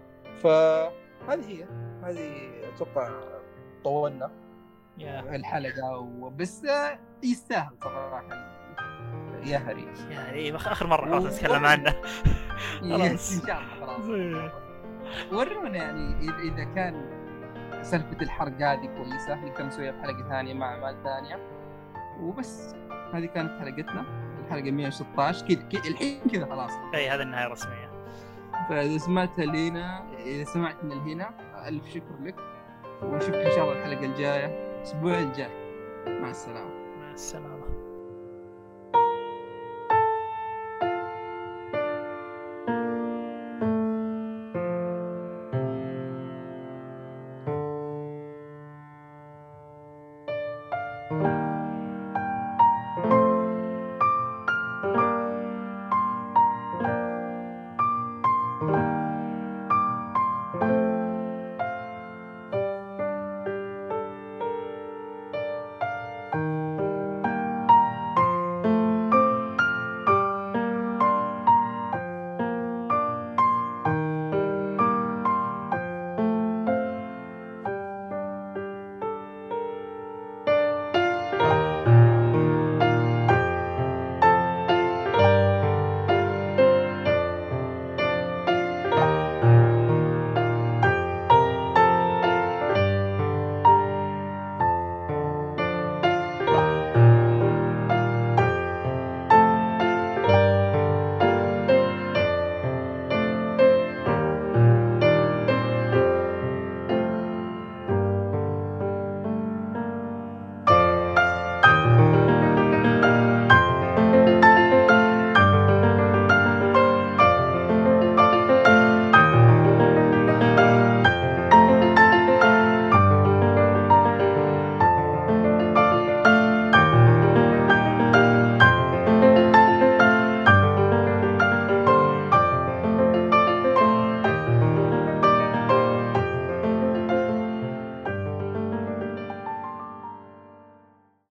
فهذه اتوقع طولنا الحلقه وبس يستاهل صراحه ياهري. يعني اخر مره خلاص نتكلم عنه. خلاص ان شاء الله خلاص. ورونا يعني اذا كان سالفة الحرق هذه كويسة، نقدر نسويها في حلقة ثانية مع أعمال ثانية. وبس هذه كانت حلقتنا، الحلقة 116 كذا الحين كذا خلاص. اي هذا النهاية الرسمية. فإذا سمعتها لينا، إذا سمعتنا لهنا، ألف شكر لك، ونشوفك إن شاء الله الحلقة الجاية الأسبوع الجاي. مع السلامة. مع السلامة.